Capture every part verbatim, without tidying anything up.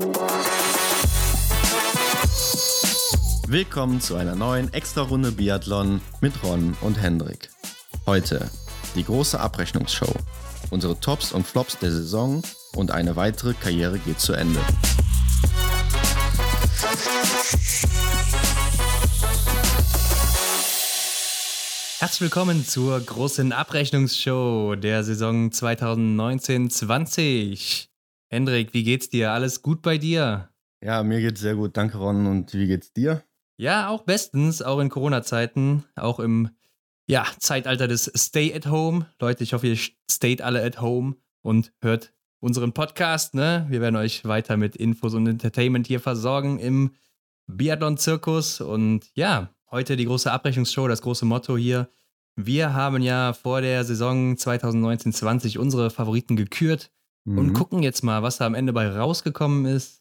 Willkommen zu einer neuen Extra-Runde Biathlon mit Ron und Hendrik. Heute die große Abrechnungsshow, unsere Tops und Flops der Saison und eine weitere Karriere geht zu Ende. Herzlich willkommen zur großen Abrechnungsshow der Saison zwanzig neunzehn zwanzig. Hendrik, wie geht's dir? Alles gut bei dir? Ja, mir geht's sehr gut, danke Ron. Und wie geht's dir? Ja, auch bestens, auch in Corona-Zeiten, auch im ja, Zeitalter des Stay at Home. Leute, ich hoffe, ihr stayt alle at home und hört unseren Podcast, ne? Wir werden euch weiter mit Infos und Entertainment hier versorgen im Biathlon-Zirkus. Und ja, heute die große Abrechnungsshow, das große Motto hier. Wir haben ja vor der Saison zwanzig neunzehn zwanzig unsere Favoriten gekürt mhm. und gucken jetzt mal, was da am Ende bei rausgekommen ist.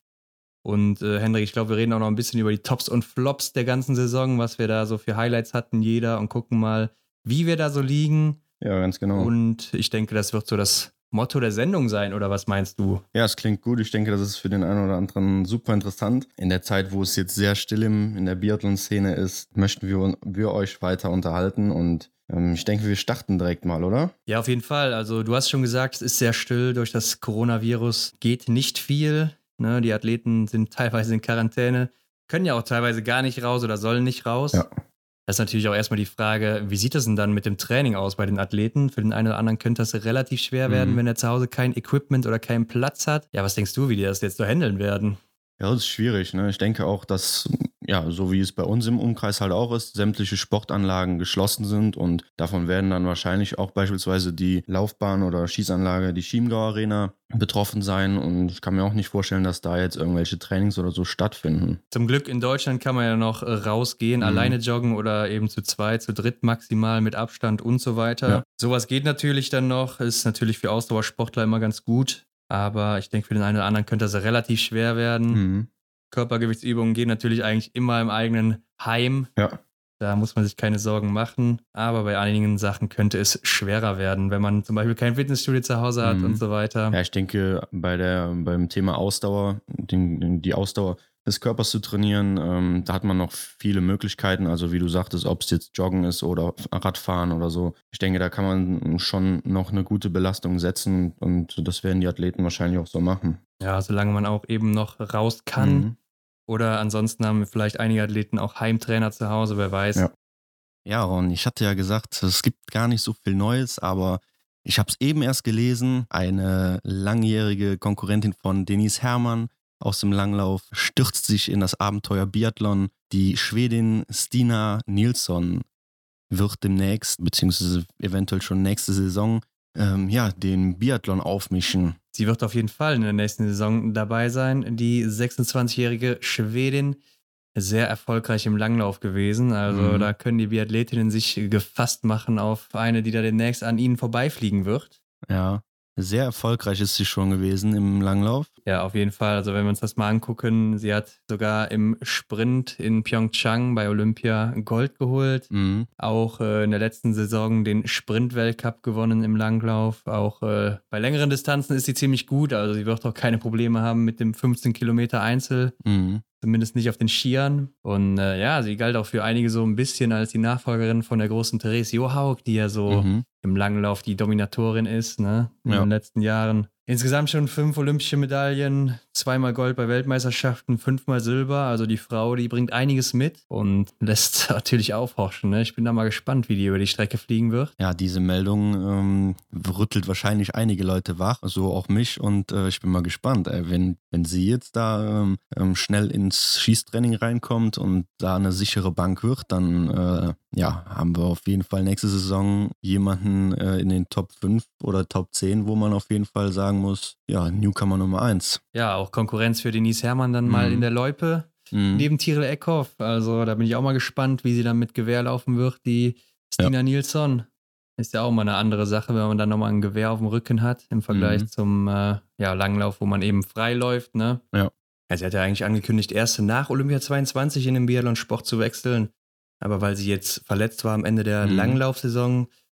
Und äh, Hendrik, ich glaube, wir reden auch noch ein bisschen über die Tops und Flops der ganzen Saison, was wir da so für Highlights hatten, jeder, und gucken mal, wie wir da so liegen. Ja, ganz genau. Und ich denke, das wird so das Motto der Sendung sein, oder was meinst du? Ja, es klingt gut. Ich denke, das ist für den einen oder anderen super interessant. In der Zeit, wo es jetzt sehr still im, in der Biathlon-Szene ist, möchten wir, wir euch weiter unterhalten und ähm, ich denke, wir starten direkt mal, oder? Ja, auf jeden Fall. Also du hast schon gesagt, es ist sehr still. Durch das Coronavirus geht nicht viel. Ne, die Athleten sind teilweise in Quarantäne, können ja auch teilweise gar nicht raus oder sollen nicht raus. Ja. Das ist natürlich auch erstmal die Frage, wie sieht das denn dann mit dem Training aus bei den Athleten? Für den einen oder anderen könnte das relativ schwer mhm. werden, wenn er zu Hause kein Equipment oder keinen Platz hat. Ja, was denkst du, wie die das jetzt so handeln werden? Ja, das ist schwierig. Ne? Ich denke auch, dass, ja, so wie es bei uns im Umkreis halt auch ist, sämtliche Sportanlagen geschlossen sind und davon werden dann wahrscheinlich auch beispielsweise die Laufbahn oder Schießanlage, die Chiemgau Arena betroffen sein und ich kann mir auch nicht vorstellen, dass da jetzt irgendwelche Trainings oder so stattfinden. Zum Glück in Deutschland kann man ja noch rausgehen, mhm. alleine joggen oder eben zu zweit, zu dritt maximal mit Abstand und so weiter. Ja. Sowas geht natürlich dann noch, ist natürlich für Ausdauersportler immer ganz gut. Aber ich denke, für den einen oder anderen könnte das relativ schwer werden. Mhm. Körpergewichtsübungen gehen natürlich eigentlich immer im eigenen Heim. Ja. Da muss man sich keine Sorgen machen. Aber bei einigen Sachen könnte es schwerer werden, wenn man zum Beispiel kein Fitnessstudio zu Hause hat mhm. und so weiter. Ja, ich denke, bei der, beim Thema Ausdauer, den, die Ausdauer des Körpers zu trainieren, ähm, da hat man noch viele Möglichkeiten, also wie du sagtest, ob es jetzt Joggen ist oder Radfahren oder so. Ich denke, da kann man schon noch eine gute Belastung setzen und das werden die Athleten wahrscheinlich auch so machen. Ja, solange man auch eben noch raus kann mhm. oder ansonsten haben vielleicht einige Athleten auch Heimtrainer zu Hause, wer weiß. Ja, ja Ron, ich hatte ja gesagt, es gibt gar nicht so viel Neues, aber ich habe es eben erst gelesen, eine langjährige Konkurrentin von Denise Herrmann aus dem Langlauf stürzt sich in das Abenteuer Biathlon. Die Schwedin Stina Nilsson wird demnächst, beziehungsweise eventuell schon nächste Saison, ähm, ja, den Biathlon aufmischen. Sie wird auf jeden Fall in der nächsten Saison dabei sein. Die sechsundzwanzigjährige Schwedin, sehr erfolgreich im Langlauf gewesen. Also mhm. da können die Biathletinnen sich gefasst machen auf eine, die da demnächst an ihnen vorbeifliegen wird. Ja. Sehr erfolgreich ist sie schon gewesen im Langlauf. Ja, auf jeden Fall. Also wenn wir uns das mal angucken, sie hat sogar im Sprint in Pyeongchang bei Olympia Gold geholt. Mhm. Auch äh, in der letzten Saison den Sprint-Weltcup gewonnen im Langlauf. Auch äh, bei längeren Distanzen ist sie ziemlich gut. Also sie wird auch keine Probleme haben mit dem fünfzehn Kilometer Einzel. Mhm. Zumindest nicht auf den Skiern. Und äh, ja, sie galt auch für einige so ein bisschen als die Nachfolgerin von der großen Therese Johaug, die ja so mhm. im Langlauf die Dominatorin ist, ne, in ja. den letzten Jahren. Insgesamt schon fünf olympische Medaillen, zweimal Gold bei Weltmeisterschaften, fünfmal Silber. Also die Frau, die bringt einiges mit und lässt natürlich aufhorchen. Ne? Ich bin da mal gespannt, wie die über die Strecke fliegen wird. Ja, diese Meldung ähm, rüttelt wahrscheinlich einige Leute wach, so auch mich. Und äh, ich bin mal gespannt, ey, wenn, wenn sie jetzt da ähm, schnell ins Schießtraining reinkommt und da eine sichere Bank wird, dann äh, ja, haben wir auf jeden Fall nächste Saison jemanden äh, in den Top fünf oder Top zehn, wo man auf jeden Fall sagen muss, ja, Newcomer Nummer eins. Ja, auch Konkurrenz für Denise Herrmann dann mal mhm. in der Loipe, mhm. neben Tiril Eckhoff. Also da bin ich auch mal gespannt, wie sie dann mit Gewehr laufen wird. Die Stina ja. Nilsson ist ja auch mal eine andere Sache, wenn man dann nochmal ein Gewehr auf dem Rücken hat, im Vergleich mhm. zum äh, ja, Langlauf, wo man eben frei läuft. Ne? Ja. Ja, sie hat ja eigentlich angekündigt, erst nach Olympia zweiundzwanzig in den Biathlon-Sport zu wechseln. Aber weil sie jetzt verletzt war am Ende der mhm. Langlaufsaison,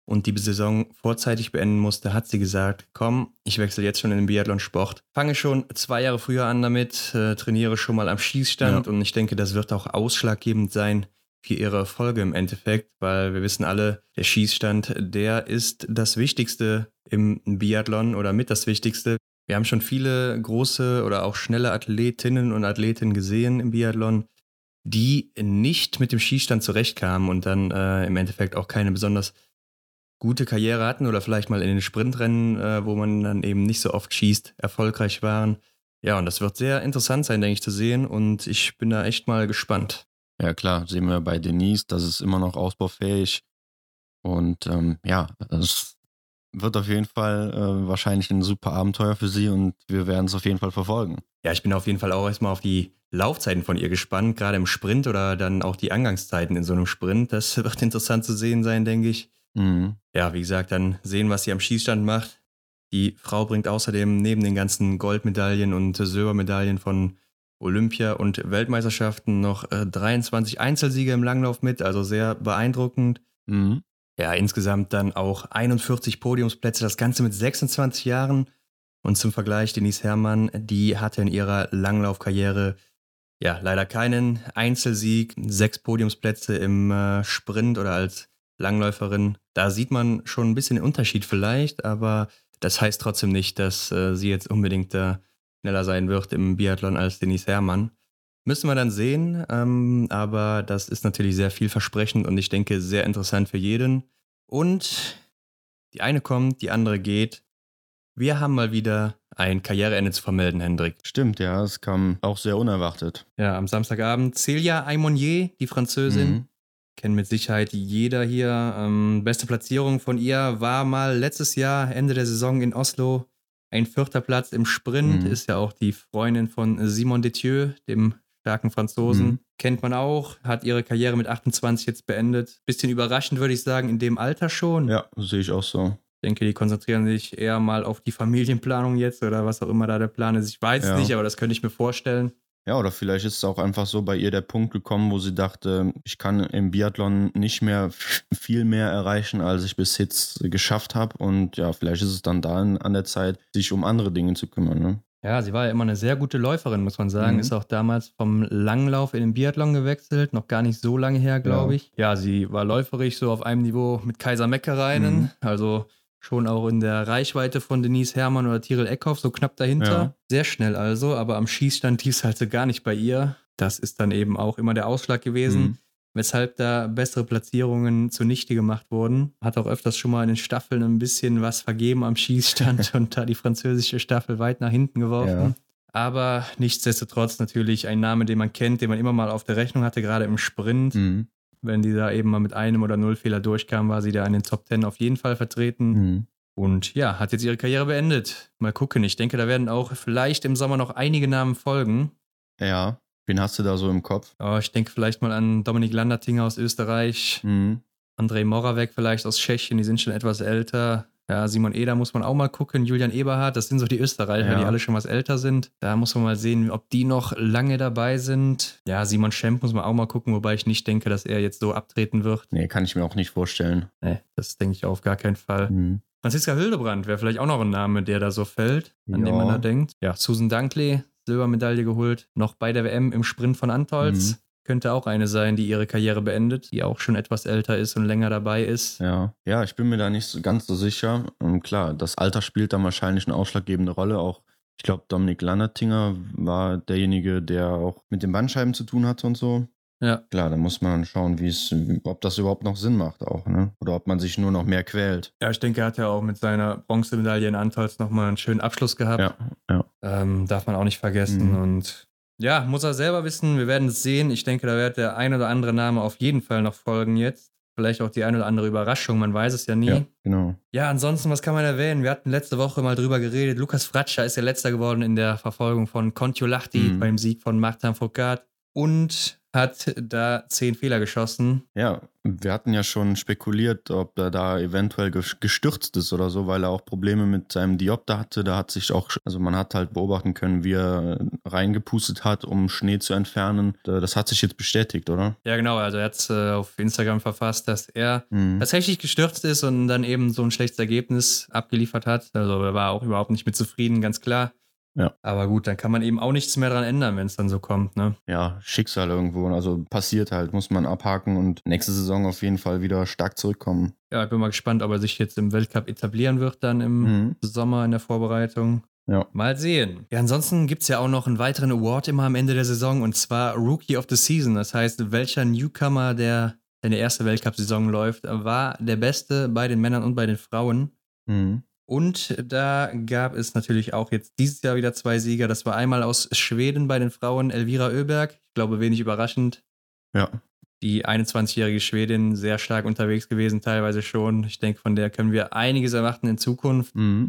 und die Saison vorzeitig beenden musste, hat sie gesagt, komm, ich wechsle jetzt schon in den Biathlonsport. Fange schon zwei Jahre früher an damit, äh, trainiere schon mal am Schießstand ja. und ich denke, das wird auch ausschlaggebend sein für ihre Erfolge im Endeffekt, weil wir wissen alle, der Schießstand, der ist das Wichtigste im Biathlon oder mit das Wichtigste. Wir haben schon viele große oder auch schnelle Athletinnen und Athleten gesehen im Biathlon, die nicht mit dem Schießstand zurechtkamen und dann äh, im Endeffekt auch keine besonders gute Karriere hatten oder vielleicht mal in den Sprintrennen, äh, wo man dann eben nicht so oft schießt, erfolgreich waren. Ja, und das wird sehr interessant sein, denke ich, zu sehen und ich bin da echt mal gespannt. Ja klar, sehen wir bei Denise, das ist immer noch ausbaufähig und ähm, ja, das wird auf jeden Fall äh, wahrscheinlich ein super Abenteuer für sie und wir werden es auf jeden Fall verfolgen. Ja, ich bin auf jeden Fall auch erstmal auf die Laufzeiten von ihr gespannt, gerade im Sprint oder dann auch die Angangszeiten in so einem Sprint. Das wird interessant zu sehen sein, denke ich. Mhm. Ja, wie gesagt, dann sehen, was sie am Schießstand macht. Die Frau bringt außerdem neben den ganzen Goldmedaillen und Silbermedaillen von Olympia- und Weltmeisterschaften noch äh, dreiundzwanzig Einzelsiege im Langlauf mit, also sehr beeindruckend. Mhm. Ja, insgesamt dann auch einundvierzig Podiumsplätze, das Ganze mit sechsundzwanzig Jahren. Und zum Vergleich, Denise Herrmann, die hatte in ihrer Langlaufkarriere ja leider keinen Einzelsieg, sechs Podiumsplätze im äh, Sprint oder als Langläuferin. Da sieht man schon ein bisschen den Unterschied vielleicht, aber das heißt trotzdem nicht, dass äh, sie jetzt unbedingt äh, schneller sein wird im Biathlon als Denise Herrmann. Müssen wir dann sehen, ähm, aber das ist natürlich sehr vielversprechend und ich denke sehr interessant für jeden. Und die eine kommt, die andere geht. Wir haben mal wieder ein Karriereende zu vermelden, Hendrik. Stimmt, ja, es kam auch sehr unerwartet. Ja, am Samstagabend Célia Aymonier, die Französin, mhm. kennt mit Sicherheit jeder hier. Ähm, beste Platzierung von ihr war mal letztes Jahr, Ende der Saison in Oslo, ein vierter Platz im Sprint. Mhm. Ist ja auch die Freundin von Simon Detieux, dem starken Franzosen. Mhm. Kennt man auch, hat ihre Karriere mit achtundzwanzig jetzt beendet. Bisschen überraschend, würde ich sagen, in dem Alter schon. Ja, sehe ich auch so. Ich denke, die konzentrieren sich eher mal auf die Familienplanung jetzt oder was auch immer da der Plan ist. Ich weiß es ja. nicht, aber das könnte ich mir vorstellen. Ja, oder vielleicht ist es auch einfach so bei ihr der Punkt gekommen, wo sie dachte, ich kann im Biathlon nicht mehr viel mehr erreichen, als ich bis jetzt geschafft habe. Und ja, vielleicht ist es dann da an der Zeit, sich um andere Dinge zu kümmern. Ne? Ja, sie war ja immer eine sehr gute Läuferin, muss man sagen. Mhm. Ist auch damals vom Langlauf in den Biathlon gewechselt. Noch gar nicht so lange her, glaube ja. ich. Ja, sie war läuferisch so auf einem Niveau mit Kajsa Mäkäräinen. Mhm. Also schon auch in der Reichweite von Denise Herrmann oder Tiril Eckhoff, so knapp dahinter. Ja. Sehr schnell also, aber am Schießstand lief es halt so gar nicht bei ihr. Das ist dann eben auch immer der Ausschlag gewesen, mhm. weshalb da bessere Platzierungen zunichte gemacht wurden. Hat auch öfters schon mal in den Staffeln ein bisschen was vergeben am Schießstand und da die französische Staffel weit nach hinten geworfen. Ja. Aber nichtsdestotrotz natürlich ein Name, den man kennt, den man immer mal auf der Rechnung hatte, gerade im Sprint. Mhm. Wenn die da eben mal mit einem oder null Fehler durchkam, war sie da in den Top Ten auf jeden Fall vertreten. Mhm. Und ja, hat jetzt ihre Karriere beendet. Mal gucken. Ich denke, da werden auch vielleicht im Sommer noch einige Namen folgen. Ja, wen hast du da so im Kopf? Oh, ich denke vielleicht mal an Dominik Landertinger aus Österreich. Mhm. Andrej Moravec vielleicht aus Tschechien, die sind schon etwas älter. Ja, Simon Eder muss man auch mal gucken, Julian Eberhardt, das sind so die Österreicher, ja. die alle schon was älter sind. Da muss man mal sehen, ob die noch lange dabei sind. Ja, Simon Schemp muss man auch mal gucken, wobei ich nicht denke, dass er jetzt so abtreten wird. Nee, kann ich mir auch nicht vorstellen. Nee, das denke ich auf gar keinen Fall. Mhm. Franziska Hildebrand wäre vielleicht auch noch ein Name, der da so fällt, an ja. den man da denkt. Ja, Susan Dunkley, Silbermedaille geholt, noch bei der W M im Sprint von Antolz. Mhm. Könnte auch eine sein, die ihre Karriere beendet, die auch schon etwas älter ist und länger dabei ist. Ja, ja, ich bin mir da nicht so ganz so sicher. Und klar, das Alter spielt da wahrscheinlich eine ausschlaggebende Rolle. Auch, ich glaube, Dominik Landertinger war derjenige, der auch mit den Bandscheiben zu tun hatte und so. Ja. Klar, da muss man schauen, wie es, ob das überhaupt noch Sinn macht auch, ne? Oder ob man sich nur noch mehr quält. Ja, ich denke, er hat ja auch mit seiner Bronzemedaille in Antolz nochmal einen schönen Abschluss gehabt. Ja, ja. Ähm, darf man auch nicht vergessen. Mhm. Und ja, muss er selber wissen. Wir werden es sehen. Ich denke, da wird der ein oder andere Name auf jeden Fall noch folgen jetzt. Vielleicht auch die ein oder andere Überraschung. Man weiß es ja nie. Ja, genau. Ja, ansonsten, was kann man erwähnen? Wir hatten letzte Woche mal drüber geredet. Lukas Fratscher ist ja letzter geworden in der Verfolgung von Kontiolahti mhm. beim Sieg von Martin Fourcade. Und hat da zehn Fehler geschossen. Ja, wir hatten ja schon spekuliert, ob er da eventuell gestürzt ist oder so, weil er auch Probleme mit seinem Diopter hatte. Da hat sich auch, also man hat halt beobachten können, wie er reingepustet hat, um Schnee zu entfernen. Das hat sich jetzt bestätigt, oder? Ja, genau. Also er hat es äh, auf Instagram verfasst, dass er mhm. tatsächlich gestürzt ist und dann eben so ein schlechtes Ergebnis abgeliefert hat. Also er war auch überhaupt nicht mit zufrieden, ganz klar. Ja. Aber gut, dann kann man eben auch nichts mehr dran ändern, wenn es dann so kommt, ne? Ja, Schicksal irgendwo. Also passiert halt, muss man abhaken und nächste Saison auf jeden Fall wieder stark zurückkommen. Ja, ich bin mal gespannt, ob er sich jetzt im Weltcup etablieren wird, dann im mhm. Sommer in der Vorbereitung. Ja. Mal sehen. Ja, ansonsten gibt es ja auch noch einen weiteren Award immer am Ende der Saison und zwar Rookie of the Season. Das heißt, welcher Newcomer, der seine erste Weltcup-Saison läuft, war der Beste bei den Männern und bei den Frauen. Mhm. Und da gab es natürlich auch jetzt dieses Jahr wieder zwei Sieger. Das war einmal aus Schweden bei den Frauen Elvira Öberg. Ich glaube, wenig überraschend. Ja. Die einundzwanzigjährige Schwedin, sehr stark unterwegs gewesen, teilweise schon. Ich denke, von der können wir einiges erwarten in Zukunft. Mhm.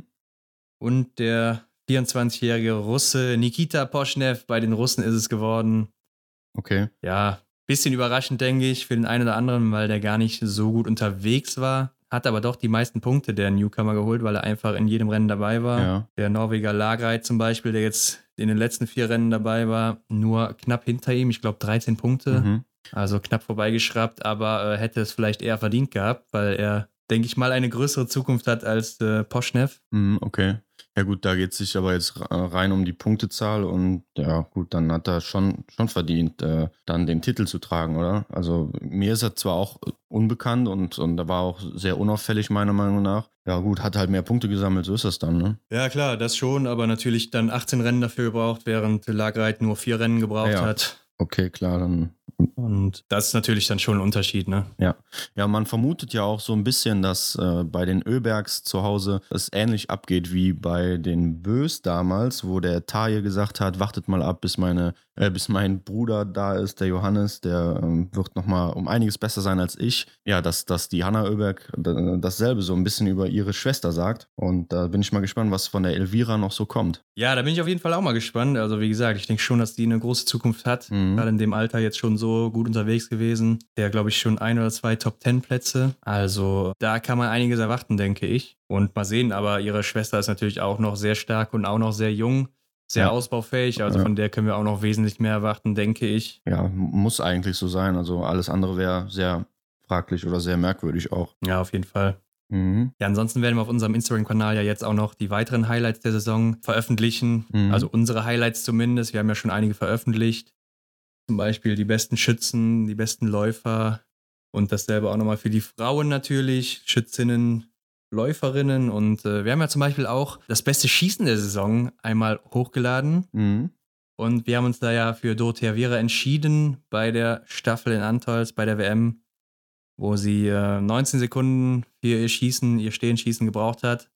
Und der vierundzwanzigjährige Russe Nikita Poschnev, bei den Russen ist es geworden. Okay. Ja, bisschen überraschend, denke ich, für den einen oder anderen, weil der gar nicht so gut unterwegs war. Hat aber doch die meisten Punkte der Newcomer geholt, weil er einfach in jedem Rennen dabei war. Ja. Der Norweger Lagreit zum Beispiel, der jetzt in den letzten vier Rennen dabei war, nur knapp hinter ihm, ich glaube dreizehn Punkte. Mhm. Also knapp vorbeigeschraubt, aber äh, hätte es vielleicht eher verdient gehabt, weil er, denke ich mal, eine größere Zukunft hat als äh, Poschnev. Mhm, okay. Ja gut, da geht es sich aber jetzt rein um die Punktezahl und ja gut, dann hat er schon, schon verdient, äh, dann den Titel zu tragen, oder? Also mir ist er zwar auch unbekannt und, und er war auch sehr unauffällig meiner Meinung nach. Ja gut, hat halt mehr Punkte gesammelt, so ist das dann, ne? Ja klar, das schon, aber natürlich dann achtzehn Rennen dafür gebraucht, während Lagreit nur vier Rennen gebraucht ja. hat. Okay, klar, dann... Und das ist natürlich dann schon ein Unterschied, ne? Ja, ja, man vermutet ja auch so ein bisschen, dass äh, bei den Öbergs zu Hause es ähnlich abgeht wie bei den Bös damals, wo der Taje gesagt hat, wartet mal ab, bis meine, äh, bis mein Bruder da ist, der Johannes, der äh, wird nochmal um einiges besser sein als ich. Ja, dass, dass die Hanna Öberg d- dasselbe so ein bisschen über ihre Schwester sagt. Und da bin ich mal gespannt, was von der Elvira noch so kommt. Ja, da bin ich auf jeden Fall auch mal gespannt. Also wie gesagt, ich denke schon, dass die eine große Zukunft hat. Mhm. Gerade in dem Alter jetzt schon so gut unterwegs gewesen. Der, glaube ich, schon ein oder zwei Top-Ten-Plätze. Also da kann man einiges erwarten, denke ich. Und mal sehen, aber ihre Schwester ist natürlich auch noch sehr stark und auch noch sehr jung. Sehr ja. ausbaufähig, also ja. von der können wir auch noch wesentlich mehr erwarten, denke ich. Ja, muss eigentlich so sein. Also alles andere wäre sehr fraglich oder sehr merkwürdig auch. Ja, auf jeden Fall. Mhm. Ja, ansonsten werden wir auf unserem Instagram-Kanal ja jetzt auch noch die weiteren Highlights der Saison veröffentlichen. Mhm. Also unsere Highlights zumindest. Wir haben ja schon einige veröffentlicht. Zum Beispiel die besten Schützen, die besten Läufer und dasselbe auch nochmal für die Frauen natürlich. Schützinnen, Läuferinnen und äh, wir haben ja zum Beispiel auch das beste Schießen der Saison einmal hochgeladen. Mhm. Und wir haben uns da ja für Dorothea Viera entschieden bei der Staffel in Antolz, bei der W M, wo sie äh, neunzehn Sekunden für ihr Schießen, ihr Stehenschießen gebraucht hat.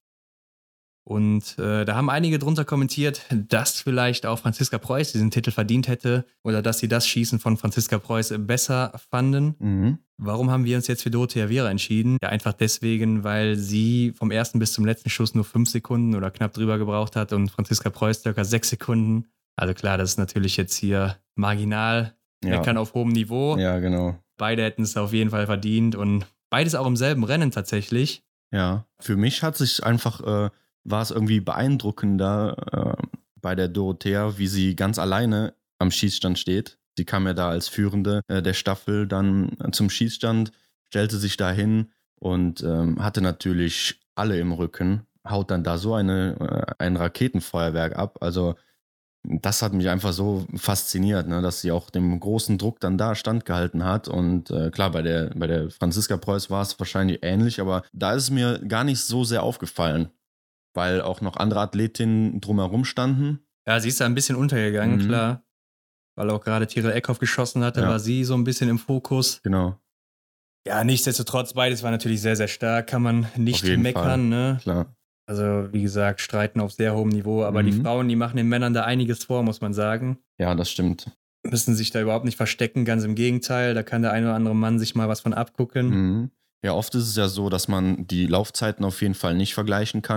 Und äh, da haben einige drunter kommentiert, dass vielleicht auch Franziska Preuß diesen Titel verdient hätte oder dass sie das Schießen von Franziska Preuß besser fanden. Mhm. Warum haben wir uns jetzt für Dorothea Viera entschieden? Ja, einfach deswegen, weil sie vom ersten bis zum letzten Schuss nur fünf Sekunden oder knapp drüber gebraucht hat und Franziska Preuß circa sechs Sekunden. Also klar, das ist natürlich jetzt hier marginal, ja. meckern auf hohem Niveau. Ja, genau. Beide hätten es auf jeden Fall verdient und beides auch im selben Rennen tatsächlich. Ja, für mich hat sich einfach, äh, war es irgendwie beeindruckender äh, bei der Dorothea, wie sie ganz alleine am Schießstand steht. Sie kam ja da als Führende äh, der Staffel dann zum Schießstand, stellte sich da hin und ähm, hatte natürlich alle im Rücken, haut dann da so eine, äh, ein Raketenfeuerwerk ab. Also das hat mich einfach so fasziniert, ne, dass sie auch dem großen Druck dann da standgehalten hat. Und äh, klar, bei der, bei der Franziska Preuß war es wahrscheinlich ähnlich, aber da ist es mir gar nicht so sehr aufgefallen, weil auch noch andere Athletinnen drumherum standen. Ja, sie ist da ein bisschen untergegangen, Mhm. klar. Weil auch gerade Tiril Eckhoff geschossen hatte, Ja. war sie so ein bisschen im Fokus. Genau, Ja, nichtsdestotrotz, beides war natürlich sehr, sehr stark, kann man nicht Auf jeden meckern, Fall. ne? klar. Also, wie gesagt, streiten auf sehr hohem Niveau, aber die Mhm. Frauen, die machen den Männern da einiges vor, muss man sagen. Ja, das stimmt. Müssen sich da überhaupt nicht verstecken, ganz im Gegenteil, da kann der ein oder andere Mann sich mal was von abgucken. Mhm. Ja, oft ist es ja so, dass man die Laufzeiten auf jeden Fall nicht vergleichen kann.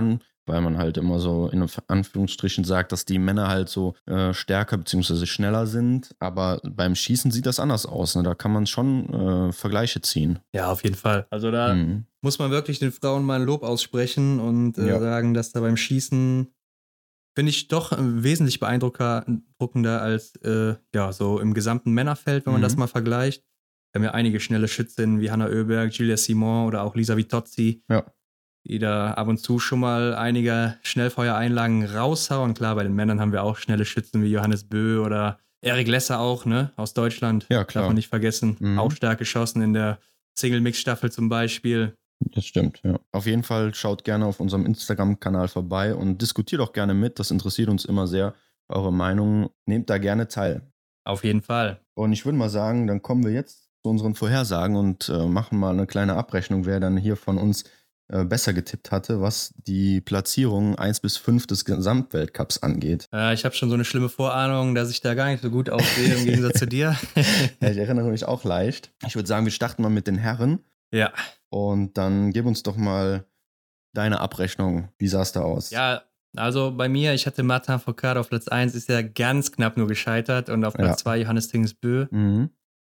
weil man halt immer so in Anführungsstrichen sagt, dass die Männer halt so äh, stärker bzw. schneller sind. Aber beim Schießen sieht das anders aus. Ne? Da kann man schon äh, Vergleiche ziehen. Ja, auf jeden Fall. Also da mhm. muss man wirklich den Frauen mal ein Lob aussprechen und äh, ja. sagen, dass da beim Schießen, finde ich, doch wesentlich beeindruckender als äh, ja, so im gesamten Männerfeld, wenn man mhm. das mal vergleicht. Wir haben ja einige schnelle Schützinnen wie Hanna Oeberg, Giulia Simon oder auch Lisa Vitozzi, ja. die da ab und zu schon mal einige Schnellfeuereinlagen raushauen. Klar, bei den Männern haben wir auch schnelle Schützen wie Johannes Bö oder Erik Lesser auch, ne, aus Deutschland. Ja, klar. Darf man nicht vergessen. Mhm. Auch stark geschossen in der Single-Mix-Staffel zum Beispiel. Das stimmt, ja. Auf jeden Fall schaut gerne auf unserem Instagram-Kanal vorbei und diskutiert auch gerne mit. Das interessiert uns immer sehr. Eure Meinung, nehmt da gerne teil. Auf jeden Fall. Und ich würde mal sagen, dann kommen wir jetzt zu unseren Vorhersagen und äh, machen mal eine kleine Abrechnung, wer dann hier von uns äh, besser getippt hatte, was die Platzierungen eins bis fünf des Gesamtweltcups angeht. Ja, ich habe schon so eine schlimme Vorahnung, dass ich da gar nicht so gut aussehe im Gegensatz zu dir. Ja, ich erinnere mich auch leicht. Ich würde sagen, wir starten mal mit den Herren. Ja. Und dann gib uns doch mal deine Abrechnung. Wie sah es da aus? Ja, also bei mir, ich hatte Martin Fourcade auf Platz eins, ist ja ganz knapp nur gescheitert und auf Platz zwei ja. Johannes Tingesbö. Mhm.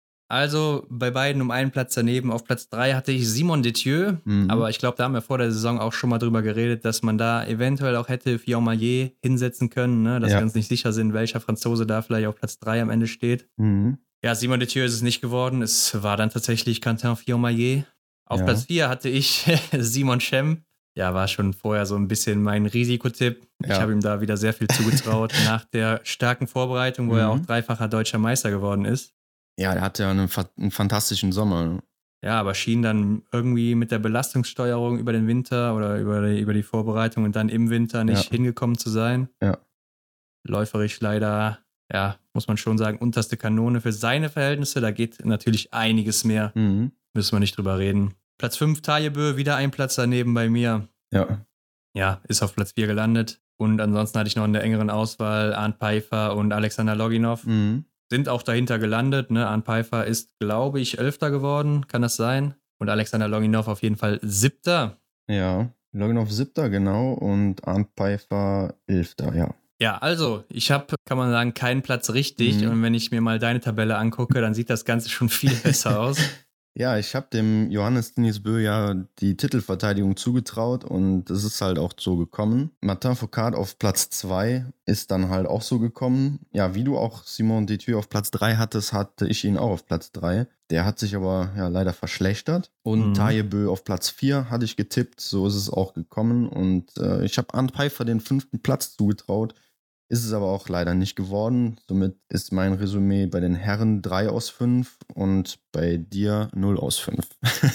Also bei beiden um einen Platz daneben. Auf Platz drei hatte ich Simon Detieu, mhm. aber ich glaube, da haben wir vor der Saison auch schon mal drüber geredet, dass man da eventuell auch hätte Fillon Maillet hinsetzen können, ne? Dass ja. wir uns nicht sicher sind, welcher Franzose da vielleicht auf Platz drei am Ende steht. Mhm. Ja, Simon Detieu ist es nicht geworden. Es war dann tatsächlich Quentin Fillon Maillet. Auf ja. Platz vier hatte ich Simon Schem. Ja, war schon vorher so ein bisschen mein Risikotipp. Ja. Ich habe ihm da wieder sehr viel zugetraut nach der starken Vorbereitung, wo mhm. er auch dreifacher deutscher Meister geworden ist. Ja, er hatte ja einen, einen fantastischen Sommer. Ja, aber schien dann irgendwie mit der Belastungssteuerung über den Winter oder über die, über die Vorbereitung und dann im Winter nicht ja. hingekommen zu sein. Ja. Läuferisch leider, ja, muss man schon sagen, unterste Kanone für seine Verhältnisse. Da geht natürlich einiges mehr. Mhm. Müssen wir nicht drüber reden. Platz fünf, Tajebö, wieder ein Platz daneben bei mir. Ja. Ja, ist auf Platz vier gelandet. Und ansonsten hatte ich noch in der engeren Auswahl Arndt Pfeiffer und Alexander Loginov. Mhm. Sind auch dahinter gelandet. Ne? Arndt Pfeiffer ist, glaube ich, Elfter geworden. Kann das sein? Und Alexander Loginov auf jeden Fall Siebter. Ja, Loginov Siebter, genau. Und Arndt Pfeiffer Elfter, ja. Ja, also, ich habe, kann man sagen, keinen Platz richtig. Mhm. Und wenn ich mir mal deine Tabelle angucke, dann sieht das Ganze schon viel besser aus. Ja, ich habe dem Johannes Tingesbö ja die Titelverteidigung zugetraut und es ist halt auch so gekommen. Martin Fourcade auf Platz zwei ist dann halt auch so gekommen. Ja, wie du auch Simon Detieu auf Platz drei hattest, hatte ich ihn auch auf Platz drei. Der hat sich aber ja leider verschlechtert. Und mhm. Tajebö auf Platz vier hatte ich getippt, so ist es auch gekommen. Und äh, ich habe Arndt Pfeiffer den fünften Platz zugetraut. Ist es aber auch leider nicht geworden. Somit ist mein Resümee bei den Herren drei aus fünf und bei dir null aus fünf.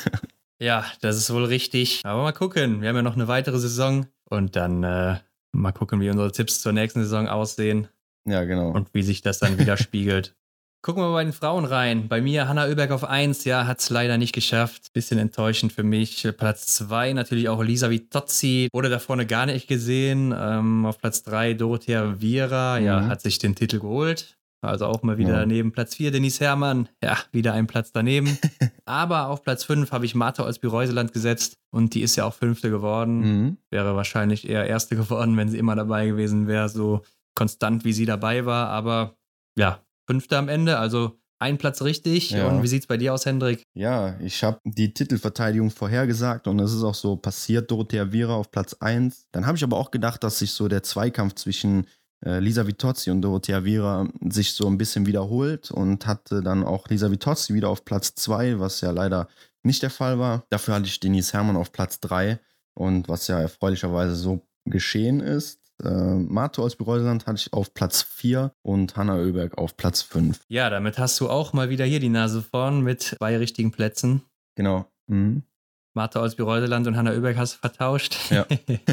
Ja, das ist wohl richtig. Aber mal gucken. Wir haben ja noch eine weitere Saison und dann äh, mal gucken, wie unsere Tipps zur nächsten Saison aussehen. Ja, genau. Und wie sich das dann widerspiegelt. Gucken wir mal bei den Frauen rein. Bei mir Hanna Oeberg auf eins, ja, hat es leider nicht geschafft. Bisschen enttäuschend für mich. Platz zwei natürlich auch Lisa Vitozzi. Wurde da vorne gar nicht gesehen. Ähm, auf Platz drei Dorothea Viera, mhm. ja, hat sich den Titel geholt. Also auch mal wieder ja. neben Platz vier Denise Herrmann. Ja, wieder ein Platz daneben. Aber auf Platz fünf habe ich Martha Olsby-Reuseland gesetzt. Und die ist ja auch Fünfte geworden. Mhm. Wäre wahrscheinlich eher Erste geworden, wenn sie immer dabei gewesen wäre. So konstant, wie sie dabei war. Aber ja, Fünfter am Ende, also ein Platz richtig. Ja. Und wie sieht's bei dir aus, Hendrik? Ja, ich habe die Titelverteidigung vorhergesagt und es ist auch so passiert. Dorothea Viera auf Platz eins. Dann habe ich aber auch gedacht, dass sich so der Zweikampf zwischen äh, Lisa Vitozzi und Dorothea Viera sich so ein bisschen wiederholt und hatte dann auch Lisa Vitozzi wieder auf Platz zwei, was ja leider nicht der Fall war. Dafür hatte ich Denise Herrmann auf Platz drei und was ja erfreulicherweise so geschehen ist. Äh, Martha Olsby-Reuseland hatte ich auf Platz vier und Hanna Oeberg auf Platz fünf. Ja, damit hast du auch mal wieder hier die Nase vorn mit zwei richtigen Plätzen. Genau. Mhm. Martha Olsby-Reuseland und Hanna Oeberg hast du vertauscht. Ja.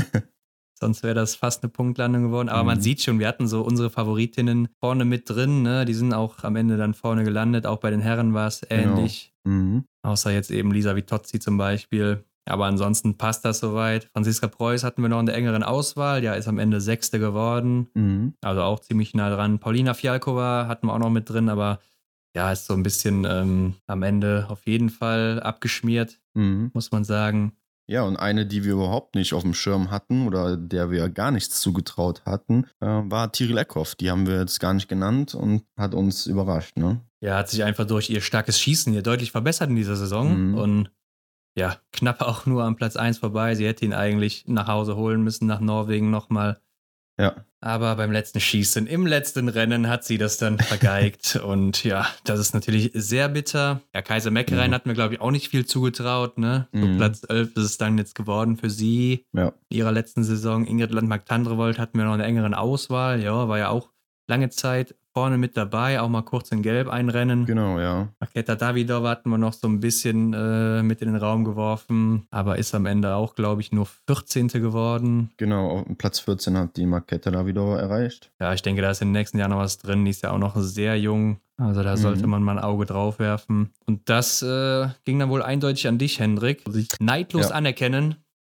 Sonst wäre das fast eine Punktlandung geworden. Aber mhm. man sieht schon, wir hatten so unsere Favoritinnen vorne mit drin. Ne? Die sind auch am Ende dann vorne gelandet. Auch bei den Herren war es ähnlich. Genau. Mhm. Außer jetzt eben Lisa Vitozzi zum Beispiel. Aber ansonsten passt das soweit. Franziska Preuß hatten wir noch in der engeren Auswahl. Ja, ist am Ende Sechste geworden. Mhm. Also auch ziemlich nah dran. Paulina Fialkova hatten wir auch noch mit drin, aber ja, ist so ein bisschen ähm, am Ende auf jeden Fall abgeschmiert, mhm. muss man sagen. Ja, und eine, die wir überhaupt nicht auf dem Schirm hatten oder der wir gar nichts zugetraut hatten, äh, war Tiril Eckhoff. Die haben wir jetzt gar nicht genannt und hat uns überrascht, ne? Ja, hat sich einfach durch ihr starkes Schießen hier deutlich verbessert in dieser Saison. Mhm. Und ja, knapp auch nur am Platz eins vorbei. Sie hätte ihn eigentlich nach Hause holen müssen, nach Norwegen nochmal. Ja. Aber beim letzten Schießen, im letzten Rennen hat sie das dann vergeigt. Und ja, das ist natürlich sehr bitter. Ja, Kaisa Mäkäräinen mhm. hat mir, glaube ich, auch nicht viel zugetraut. Ne? So mhm. Platz elf ist es dann jetzt geworden für sie. Ja. In ihrer letzten Saison. Ingrid Landmark-Tandrevold hatten wir noch eine engeren Auswahl. Ja, war ja auch lange Zeit vorne mit dabei, auch mal kurz in Gelb ein Rennen. Genau, ja. Marketa Davidova hatten wir noch so ein bisschen äh, mit in den Raum geworfen, aber ist am Ende auch, glaube ich, nur vierzehnte geworden. Genau, auf Platz vierzehn hat die Marketa Davidova erreicht. Ja, ich denke, da ist im nächsten Jahr noch was drin. Die ist ja auch noch sehr jung, also da mhm. sollte man mal ein Auge drauf werfen. Und das äh, ging dann wohl eindeutig an dich, Hendrik. Also ich neidlos ja. anerkennen.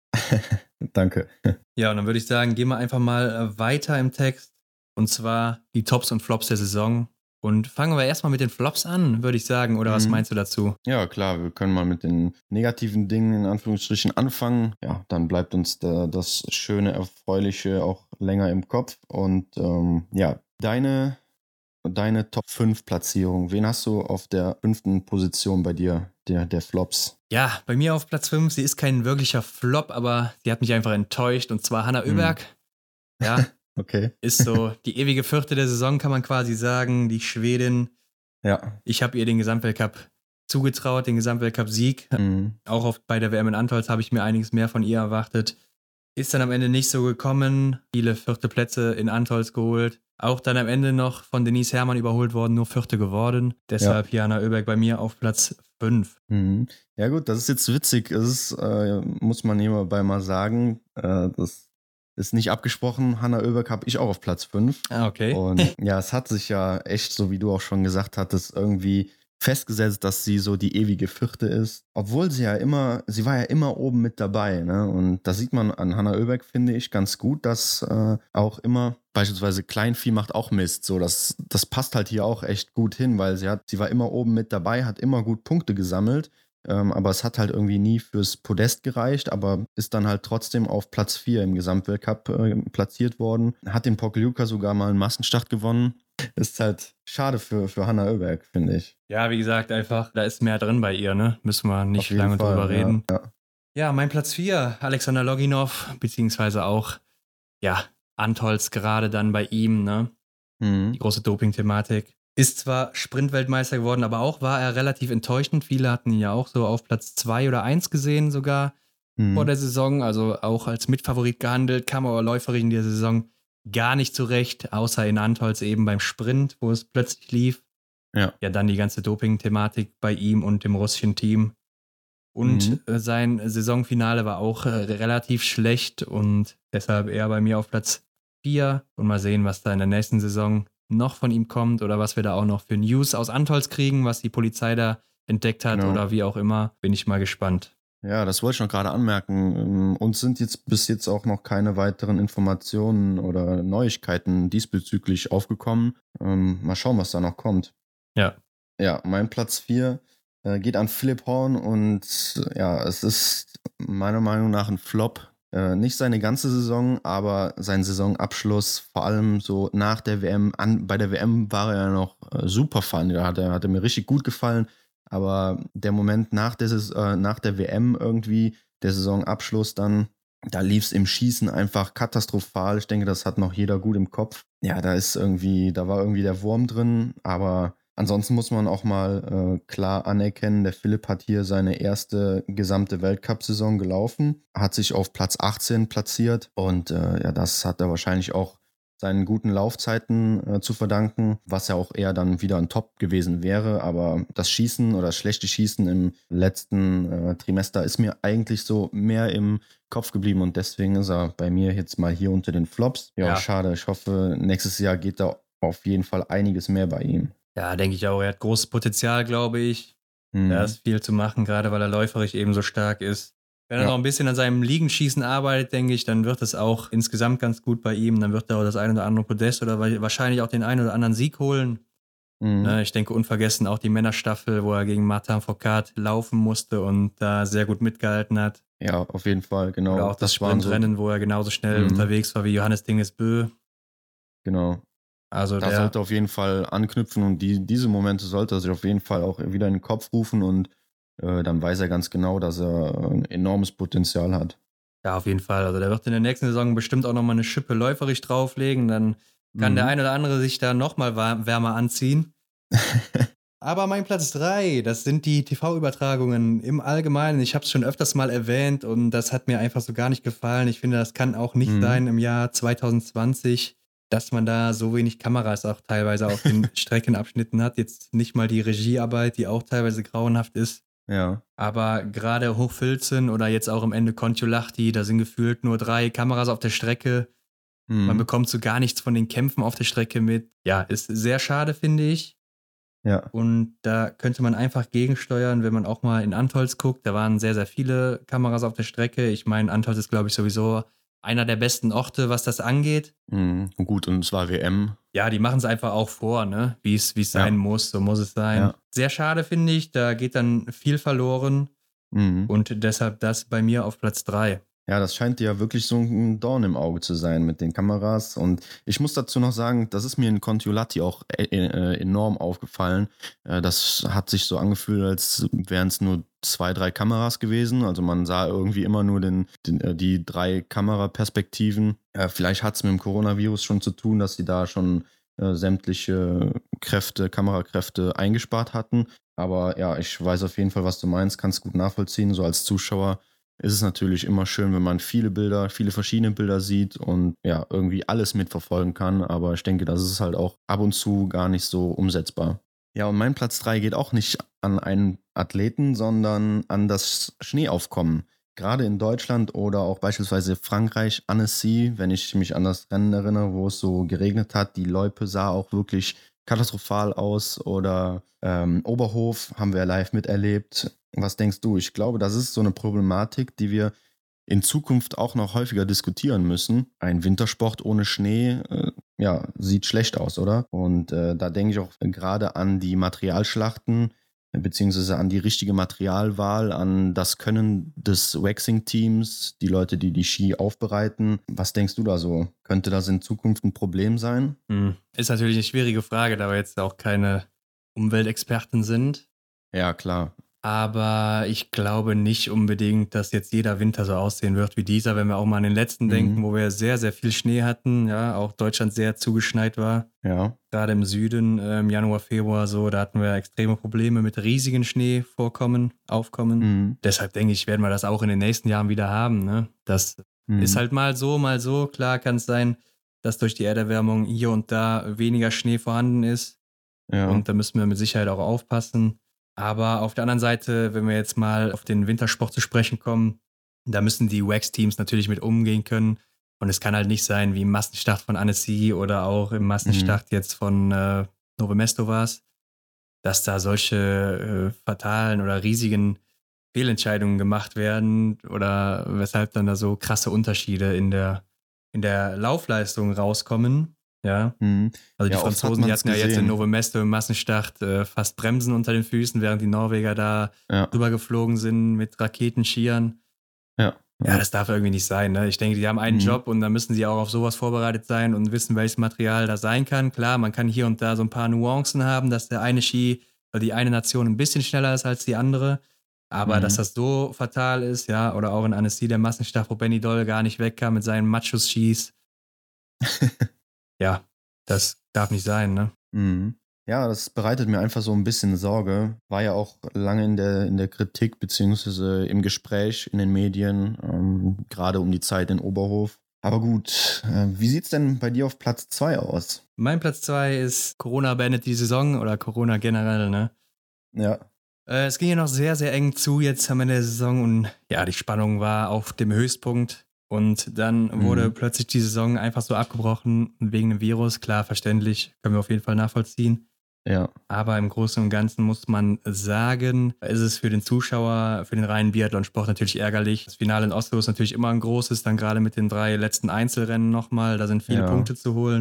Danke. Ja, und dann würde ich sagen, gehen wir einfach mal weiter im Text. Und zwar die Tops und Flops der Saison. Und fangen wir erstmal mit den Flops an, würde ich sagen. Oder was mhm. meinst du dazu? Ja, klar, wir können mal mit den negativen Dingen in Anführungsstrichen anfangen. Ja, dann bleibt uns da das schöne, erfreuliche auch länger im Kopf. Und ähm, ja, deine, deine Top fünf Platzierung. Wen hast du auf der fünften Position bei dir, der, der Flops? Ja, bei mir auf Platz fünf. Sie ist kein wirklicher Flop, aber sie hat mich einfach enttäuscht. Und zwar Hanna Öberg. Mhm. Ja. Okay. Ist so die ewige Vierte der Saison, kann man quasi sagen. Die Schwedin. Ja. Ich habe ihr den Gesamtweltcup zugetraut, den Gesamtweltcup-Sieg. Mhm. Auch auf, bei der W M in Antolz habe ich mir einiges mehr von ihr erwartet. Ist dann am Ende nicht so gekommen. Viele vierte Plätze in Antolz geholt. Auch dann am Ende noch von Denise Herrmann überholt worden, nur Vierte geworden. Deshalb ja. Jana Öberg bei mir auf Platz fünf. Mhm. Ja gut, das ist jetzt witzig. Das ist, äh, muss man hierbei mal sagen, äh, das ist nicht abgesprochen. Hanna Öberg habe ich auch auf Platz fünf. Ah, okay. Und ja, es hat sich ja echt, so wie du auch schon gesagt hattest, irgendwie festgesetzt, dass sie so die ewige Vierte ist. Obwohl sie ja immer, sie war ja immer oben mit dabei, ne? Und da sieht man an Hanna Öberg, finde ich, ganz gut, dass äh, auch immer beispielsweise Kleinvieh macht auch Mist. So, das, das passt halt hier auch echt gut hin, weil sie hat, sie war immer oben mit dabei, hat immer gut Punkte gesammelt. Ähm, aber es hat halt irgendwie nie fürs Podest gereicht, aber ist dann halt trotzdem auf Platz vier im Gesamtweltcup äh, platziert worden. Hat den Pokljuka sogar mal einen Massenstart gewonnen. Ist halt schade für, für Hanna Öberg, finde ich. Ja, wie gesagt, einfach, da ist mehr drin bei ihr, ne? Müssen wir nicht lange Fall, drüber reden. Ja, ja. ja, mein Platz vier, Alexander Loginov, beziehungsweise auch, ja, Antolz gerade dann bei ihm, ne? Mhm. Die große Doping-Thematik. Ist zwar Sprintweltmeister geworden, aber auch war er relativ enttäuschend. Viele hatten ihn ja auch so auf Platz zwei oder eins gesehen sogar mhm. vor der Saison. Also auch als Mitfavorit gehandelt, kam aber läuferisch in der Saison gar nicht zurecht, außer in Antolz eben beim Sprint, wo es plötzlich lief. Ja, ja dann die ganze Doping-Thematik bei ihm und dem russischen Team. Und mhm. sein Saisonfinale war auch relativ schlecht und deshalb eher bei mir auf Platz vier. Und mal sehen, was da in der nächsten Saison noch von ihm kommt oder was wir da auch noch für News aus Antolz kriegen, was die Polizei da entdeckt hat genau. oder wie auch immer. Bin ich mal gespannt. Ja, das wollte ich noch gerade anmerken. Uns sind jetzt bis jetzt auch noch keine weiteren Informationen oder Neuigkeiten diesbezüglich aufgekommen. Ähm, mal schauen, was da noch kommt. Ja. Ja, mein Platz vier äh, geht an Philipp Horn und ja, es ist meiner Meinung nach ein Flop. Äh, nicht seine ganze Saison, aber sein Saisonabschluss, vor allem so nach der W M, an, bei der W M war er ja noch äh, super fun, da hat er, hat er mir richtig gut gefallen, aber der Moment nach der, äh, nach der W M irgendwie, der Saisonabschluss dann, da lief es im Schießen einfach katastrophal, ich denke, das hat noch jeder gut im Kopf. Ja, da ist irgendwie, da war irgendwie der Wurm drin, aber ansonsten muss man auch mal äh, klar anerkennen, der Philipp hat hier seine erste gesamte Weltcup-Saison gelaufen, hat sich auf Platz achtzehn platziert und äh, ja, das hat er wahrscheinlich auch seinen guten Laufzeiten äh, zu verdanken, was ja auch eher dann wieder ein Top gewesen wäre, aber das Schießen oder das schlechte Schießen im letzten äh, Trimester ist mir eigentlich so mehr im Kopf geblieben und deswegen ist er bei mir jetzt mal hier unter den Flops. Ja, ja. Schade, ich hoffe, nächstes Jahr geht da auf jeden Fall einiges mehr bei ihm. Ja, denke ich auch. Er hat großes Potenzial, glaube ich. Mhm. Da ist viel zu machen, gerade weil er läuferisch eben so stark ist. Wenn er ja. noch ein bisschen an seinem Liegenschießen arbeitet, denke ich, dann wird es auch insgesamt ganz gut bei ihm. Dann wird er auch das ein oder andere Podest oder wahrscheinlich auch den einen oder anderen Sieg holen. Mhm. Ne, ich denke, unvergessen auch die Männerstaffel, wo er gegen Martin Fourcade laufen musste und da sehr gut mitgehalten hat. Ja, auf jeden Fall, genau. Oder auch das, das Sprintrennen, so, wo er genauso schnell mhm. unterwegs war wie Johannes Dingesbö. Genau. Also da der sollte auf jeden Fall anknüpfen und die, diese Momente sollte er sich auf jeden Fall auch wieder in den Kopf rufen und äh, dann weiß er ganz genau, dass er ein enormes Potenzial hat. Ja, auf jeden Fall. Also der wird in der nächsten Saison bestimmt auch nochmal eine Schippe läuferisch drauflegen. Dann kann mhm. der ein oder andere sich da nochmal wärmer anziehen. Aber mein Platz drei, das sind die T V-Übertragungen im Allgemeinen. Ich habe es schon öfters mal erwähnt und das hat mir einfach so gar nicht gefallen. Ich finde, das kann auch nicht mhm. sein im Jahr zwanzig zwanzig, dass man da so wenig Kameras auch teilweise auf den Streckenabschnitten hat. Jetzt nicht mal die Regiearbeit, die auch teilweise grauenhaft ist. Ja. Aber gerade Hochfilzen oder jetzt auch am Ende Kontiolahti, da sind gefühlt nur drei Kameras auf der Strecke. Mhm. Man bekommt so gar nichts von den Kämpfen auf der Strecke mit. Ja, ist sehr schade, finde ich. Ja. Und da könnte man einfach gegensteuern, wenn man auch mal in Antholz guckt. Da waren sehr, sehr viele Kameras auf der Strecke. Ich meine, Antholz ist, glaube ich, sowieso einer der besten Orte, was das angeht. Mhm. Gut, und es war W M. Ja, die machen es einfach auch vor, ne? Wie es sein ja. muss, so muss es sein. Ja. Sehr schade, finde ich. Da geht dann viel verloren. Mhm. Und deshalb das bei mir auf Platz drei. Ja, das scheint ja wirklich so ein Dorn im Auge zu sein mit den Kameras. Und ich muss dazu noch sagen, das ist mir in Kontiolahti auch äh, enorm aufgefallen. Äh, das hat sich so angefühlt, als wären es nur zwei, drei Kameras gewesen. Also man sah irgendwie immer nur den, den, äh, die drei Kameraperspektiven. Äh, vielleicht hat es mit dem Coronavirus schon zu tun, dass sie da schon äh, sämtliche Kräfte, Kamerakräfte eingespart hatten. Aber ja, ich weiß auf jeden Fall, was du meinst, kannst gut nachvollziehen. So als Zuschauer ist es natürlich immer schön, wenn man viele Bilder, viele verschiedene Bilder sieht und ja, irgendwie alles mitverfolgen kann. Aber ich denke, das ist halt auch ab und zu gar nicht so umsetzbar. Ja, und mein Platz drei geht auch nicht an einen Athleten, sondern an das Schneeaufkommen. Gerade in Deutschland oder auch beispielsweise Frankreich, Annecy, wenn ich mich an das Rennen erinnere, wo es so geregnet hat, die Loipe sah auch wirklich katastrophal aus. Oder ähm, Oberhof haben wir live miterlebt. Was denkst du? Ich glaube, das ist so eine Problematik, die wir in Zukunft auch noch häufiger diskutieren müssen. Ein Wintersport ohne Schnee, äh, ja, sieht schlecht aus, oder? Und äh, da denke ich auch gerade an die Materialschlachten, beziehungsweise an die richtige Materialwahl, an das Können des Waxing-Teams, die Leute, die die Ski aufbereiten. Was denkst du da so? Könnte das in Zukunft ein Problem sein? Hm. Ist natürlich eine schwierige Frage, da wir jetzt auch keine Umweltexperten sind. Ja, klar. Aber ich glaube nicht unbedingt, dass jetzt jeder Winter so aussehen wird wie dieser, wenn wir auch mal an den letzten mhm. denken, wo wir sehr, sehr viel Schnee hatten, ja, auch Deutschland sehr zugeschneit war. Ja. Gerade im Süden, äh, im Januar, Februar so, da hatten wir extreme Probleme mit riesigen Schneevorkommen, Aufkommen. Mhm. Deshalb denke ich, werden wir das auch in den nächsten Jahren wieder haben, ne? Das mhm. ist halt mal so, mal so. Klar kann es sein, dass durch die Erderwärmung hier und da weniger Schnee vorhanden ist. Ja. Und da müssen wir mit Sicherheit auch aufpassen. Aber auf der anderen Seite, wenn wir jetzt mal auf den Wintersport zu sprechen kommen, da müssen die Wax-Teams natürlich mit umgehen können. Und es kann halt nicht sein, wie im Massenstart von Annecy oder auch im Massenstart mhm. jetzt von äh, Nove Mesto war es, dass da solche äh, fatalen oder riesigen Fehlentscheidungen gemacht werden oder weshalb dann da so krasse Unterschiede in der, in der Laufleistung rauskommen. Ja, mhm. also die ja, Franzosen, die hatten ja jetzt in Nove Mesto im Massenstart äh, fast Bremsen unter den Füßen, während die Norweger da ja. rübergeflogen sind mit Raketenskiern. Ja. Ja, das darf irgendwie nicht sein. Ne? Ich denke, die haben einen mhm. Job und da müssen sie auch auf sowas vorbereitet sein und wissen, welches Material da sein kann. Klar, man kann hier und da so ein paar Nuancen haben, dass der eine Ski oder die eine Nation ein bisschen schneller ist als die andere. Aber mhm. dass das so fatal ist, ja, oder auch in Annecy der Massenstart, wo Benny Doll gar nicht wegkam mit seinen Machos-Skis. Ja, das darf nicht sein, ne? Mhm. Ja, das bereitet mir einfach so ein bisschen Sorge. War ja auch lange in der, in der Kritik beziehungsweise im Gespräch in den Medien, ähm, gerade um die Zeit in Oberhof. Aber gut, äh, wie sieht's denn bei dir auf Platz zwei aus? Mein Platz zwei ist Corona beendet die Saison oder Corona generell, ne? Ja. Äh, es ging ja noch sehr, sehr eng zu jetzt am Ende der Saison und ja, die Spannung war auf dem Höchstpunkt. Und dann wurde mhm. plötzlich die Saison einfach so abgebrochen wegen dem Virus. Klar, verständlich, können wir auf jeden Fall nachvollziehen. Ja. Aber im Großen und Ganzen muss man sagen, ist es für den Zuschauer, für den reinen Biathlonsport natürlich ärgerlich. Das Finale in Oslo ist natürlich immer ein großes, dann gerade mit den drei letzten Einzelrennen nochmal, da sind viele ja. Punkte zu holen.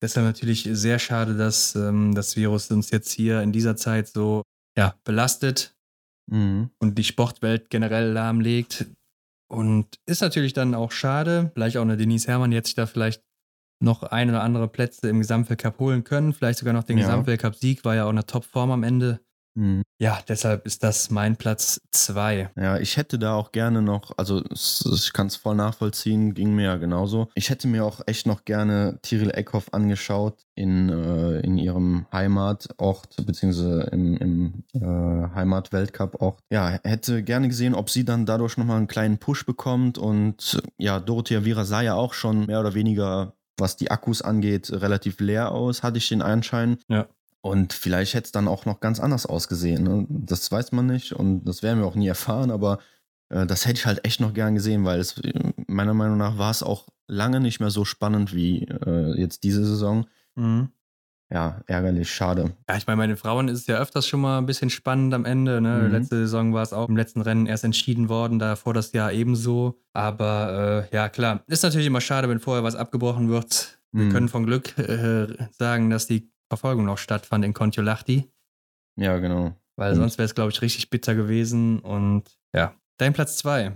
Deshalb natürlich sehr schade, dass ähm, das Virus uns jetzt hier in dieser Zeit so ja, belastet Mhm. und die Sportwelt generell lahmlegt. Und ist natürlich dann auch schade. Vielleicht auch eine Denise Herrmann, die hätte sich da vielleicht noch ein oder andere Plätze im Gesamtweltcup holen können. Vielleicht sogar noch den Ja. Gesamtweltcup-Sieg, war ja auch eine Topform am Ende. Mhm. Ja, deshalb ist das mein Platz zwei. Ja, ich hätte da auch gerne noch, also es- ich kann es voll nachvollziehen, ging mir ja genauso. Ich hätte mir auch echt noch gerne Tiril Eckhoff angeschaut in, äh, in ihrem Heimatort, beziehungsweise im, im äh, Heimatweltcup-Ort. Ja, hätte gerne gesehen, ob sie dann dadurch nochmal einen kleinen Push bekommt. Und ja, Dorothea Viera sah ja auch schon mehr oder weniger, was die Akkus angeht, relativ leer aus, hatte ich den Anschein. Ja. Und vielleicht hätte es dann auch noch ganz anders ausgesehen. Ne? Das weiß man nicht und das werden wir auch nie erfahren, aber äh, das hätte ich halt echt noch gern gesehen, weil es meiner Meinung nach war es auch lange nicht mehr so spannend wie äh, jetzt diese Saison. Mhm. Ja, ärgerlich, schade. Ja, ich meine, bei den Frauen ist es ja öfters schon mal ein bisschen spannend am Ende. Ne? Mhm. Letzte Saison war es auch im letzten Rennen erst entschieden worden, davor das Jahr ebenso. Aber äh, ja, klar, ist natürlich immer schade, wenn vorher was abgebrochen wird. Wir Mhm. können von Glück äh, sagen, dass die Verfolgung noch stattfand in Kontiolahti. Ja, genau. Weil Und sonst wäre es, glaube ich, richtig bitter gewesen. Und ja, dein Platz zwei.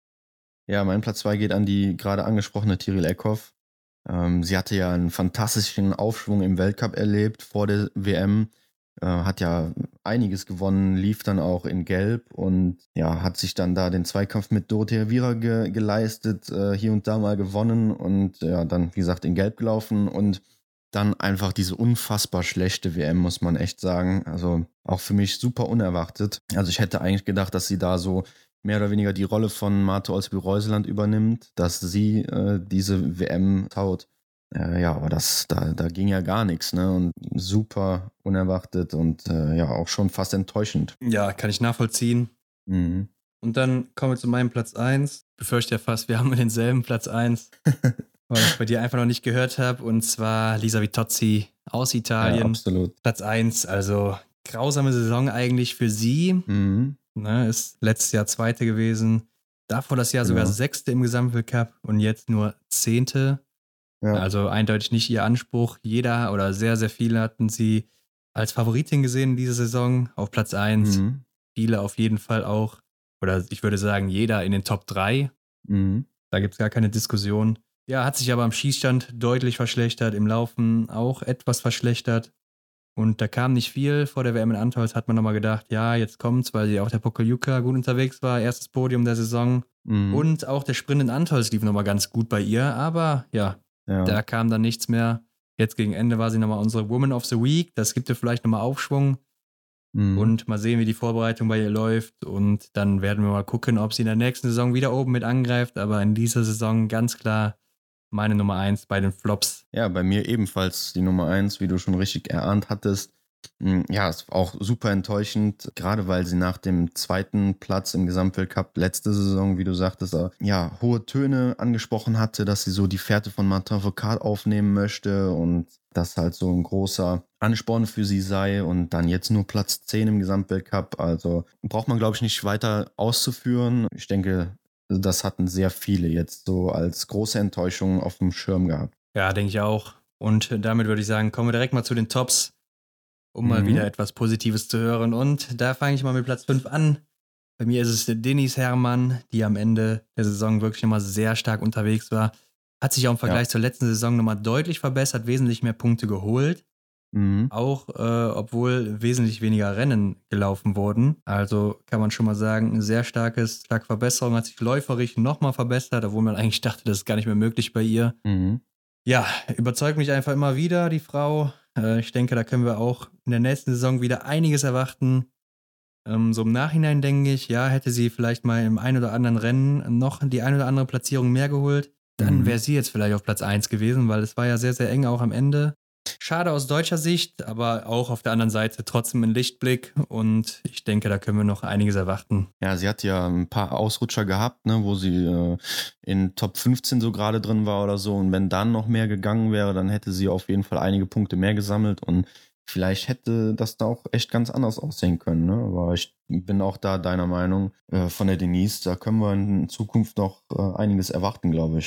ja, mein Platz zwei geht an die gerade angesprochene Tiril Eckhoff. Ähm, sie hatte ja einen fantastischen Aufschwung im Weltcup erlebt vor der W M. Äh, hat ja einiges gewonnen, lief dann auch in Gelb und ja, hat sich dann da den Zweikampf mit Dorothea Viera ge geleistet, äh, hier und da mal gewonnen und ja, dann, wie gesagt, in Gelb gelaufen und dann einfach diese unfassbar schlechte W M, muss man echt sagen. Also auch für mich super unerwartet. Also ich hätte eigentlich gedacht, dass sie da so mehr oder weniger die Rolle von Marthe Olsby-Reuseland übernimmt, dass sie äh, diese W M taut. Äh, ja, aber das, da, da ging ja gar nichts, ne? Und super unerwartet und äh, ja, auch schon fast enttäuschend. Ja, kann ich nachvollziehen. Mhm. Und dann kommen wir zu meinem Platz eins. Befürchte ja fast, wir haben denselben Platz eins, weil ich bei dir einfach noch nicht gehört habe. Und zwar Lisa Vitozzi aus Italien. Ja, absolut. Platz eins, also grausame Saison eigentlich für sie. Mhm. Ne, ist letztes Jahr Zweite gewesen. Davor das Jahr Genau. sogar Sechste im Gesamtweltcup und jetzt nur Zehnte. Ja. Also eindeutig nicht ihr Anspruch. Jeder oder sehr, sehr viele hatten sie als Favoritin gesehen in dieser Saison auf Platz eins. Mhm. Viele auf jeden Fall auch. Oder ich würde sagen, jeder in den Top drei. Mhm. Da gibt es gar keine Diskussion. Ja, hat sich aber am Schießstand deutlich verschlechtert, im Laufen auch etwas verschlechtert. Und da kam nicht viel. Vor der W M in Antolz hat man nochmal gedacht, ja, jetzt kommt's, weil sie auch der Pokljuka gut unterwegs war. Erstes Podium der Saison. Mhm. Und auch der Sprint in Antolz lief nochmal ganz gut bei ihr. Aber ja, Ja. da kam dann nichts mehr. Jetzt gegen Ende war sie nochmal unsere Woman of the Week. Das gibt ihr vielleicht nochmal Aufschwung. Mhm. Und mal sehen, wie die Vorbereitung bei ihr läuft. Und dann werden wir mal gucken, ob sie in der nächsten Saison wieder oben mit angreift. Aber in dieser Saison ganz klar meine Nummer eins bei den Flops. Ja, bei mir ebenfalls die Nummer eins, wie du schon richtig erahnt hattest. Ja, ist auch super enttäuschend, gerade weil sie nach dem zweiten Platz im Gesamtweltcup letzte Saison, wie du sagtest, ja, hohe Töne angesprochen hatte, dass sie so die Fährte von Martin Fourcade aufnehmen möchte und das halt so ein großer Ansporn für sie sei und dann jetzt nur Platz zehn im Gesamtweltcup. Also braucht man, glaube ich, nicht weiter auszuführen. Ich denke, das hatten sehr viele jetzt so als große Enttäuschung auf dem Schirm gehabt. Ja, denke ich auch. Und damit würde ich sagen, kommen wir direkt mal zu den Tops, um mhm. mal wieder etwas Positives zu hören. Und da fange ich mal mit Platz fünf an. Bei mir ist es Denise Herrmann, die am Ende der Saison wirklich nochmal sehr stark unterwegs war. Hat sich auch im Vergleich ja. zur letzten Saison nochmal deutlich verbessert, wesentlich mehr Punkte geholt. Mhm. Auch äh, obwohl wesentlich weniger Rennen gelaufen wurden. Also kann man schon mal sagen, ein sehr starkes, starke Verbesserung. Hat sich läuferisch nochmal verbessert, obwohl man eigentlich dachte, das ist gar nicht mehr möglich bei ihr. Mhm. Ja, überzeugt mich einfach immer wieder, die Frau. Äh, ich denke, da können wir auch in der nächsten Saison wieder einiges erwarten. Ähm, so im Nachhinein denke ich, ja, hätte sie vielleicht mal im ein oder anderen Rennen noch die ein oder andere Platzierung mehr geholt, dann wäre sie jetzt vielleicht auf Platz eins gewesen, weil es war ja sehr, sehr eng auch am Ende. Schade aus deutscher Sicht, aber auch auf der anderen Seite trotzdem ein Lichtblick und ich denke, da können wir noch einiges erwarten. Ja, sie hat ja ein paar Ausrutscher gehabt, ne, wo sie äh, in Top fünfzehn so gerade drin war oder so und wenn dann noch mehr gegangen wäre, dann hätte sie auf jeden Fall einige Punkte mehr gesammelt und vielleicht hätte das da auch echt ganz anders aussehen können, ne? Aber ich bin auch da deiner Meinung äh, von der Denise, da können wir in Zukunft noch äh, einiges erwarten, glaube ich.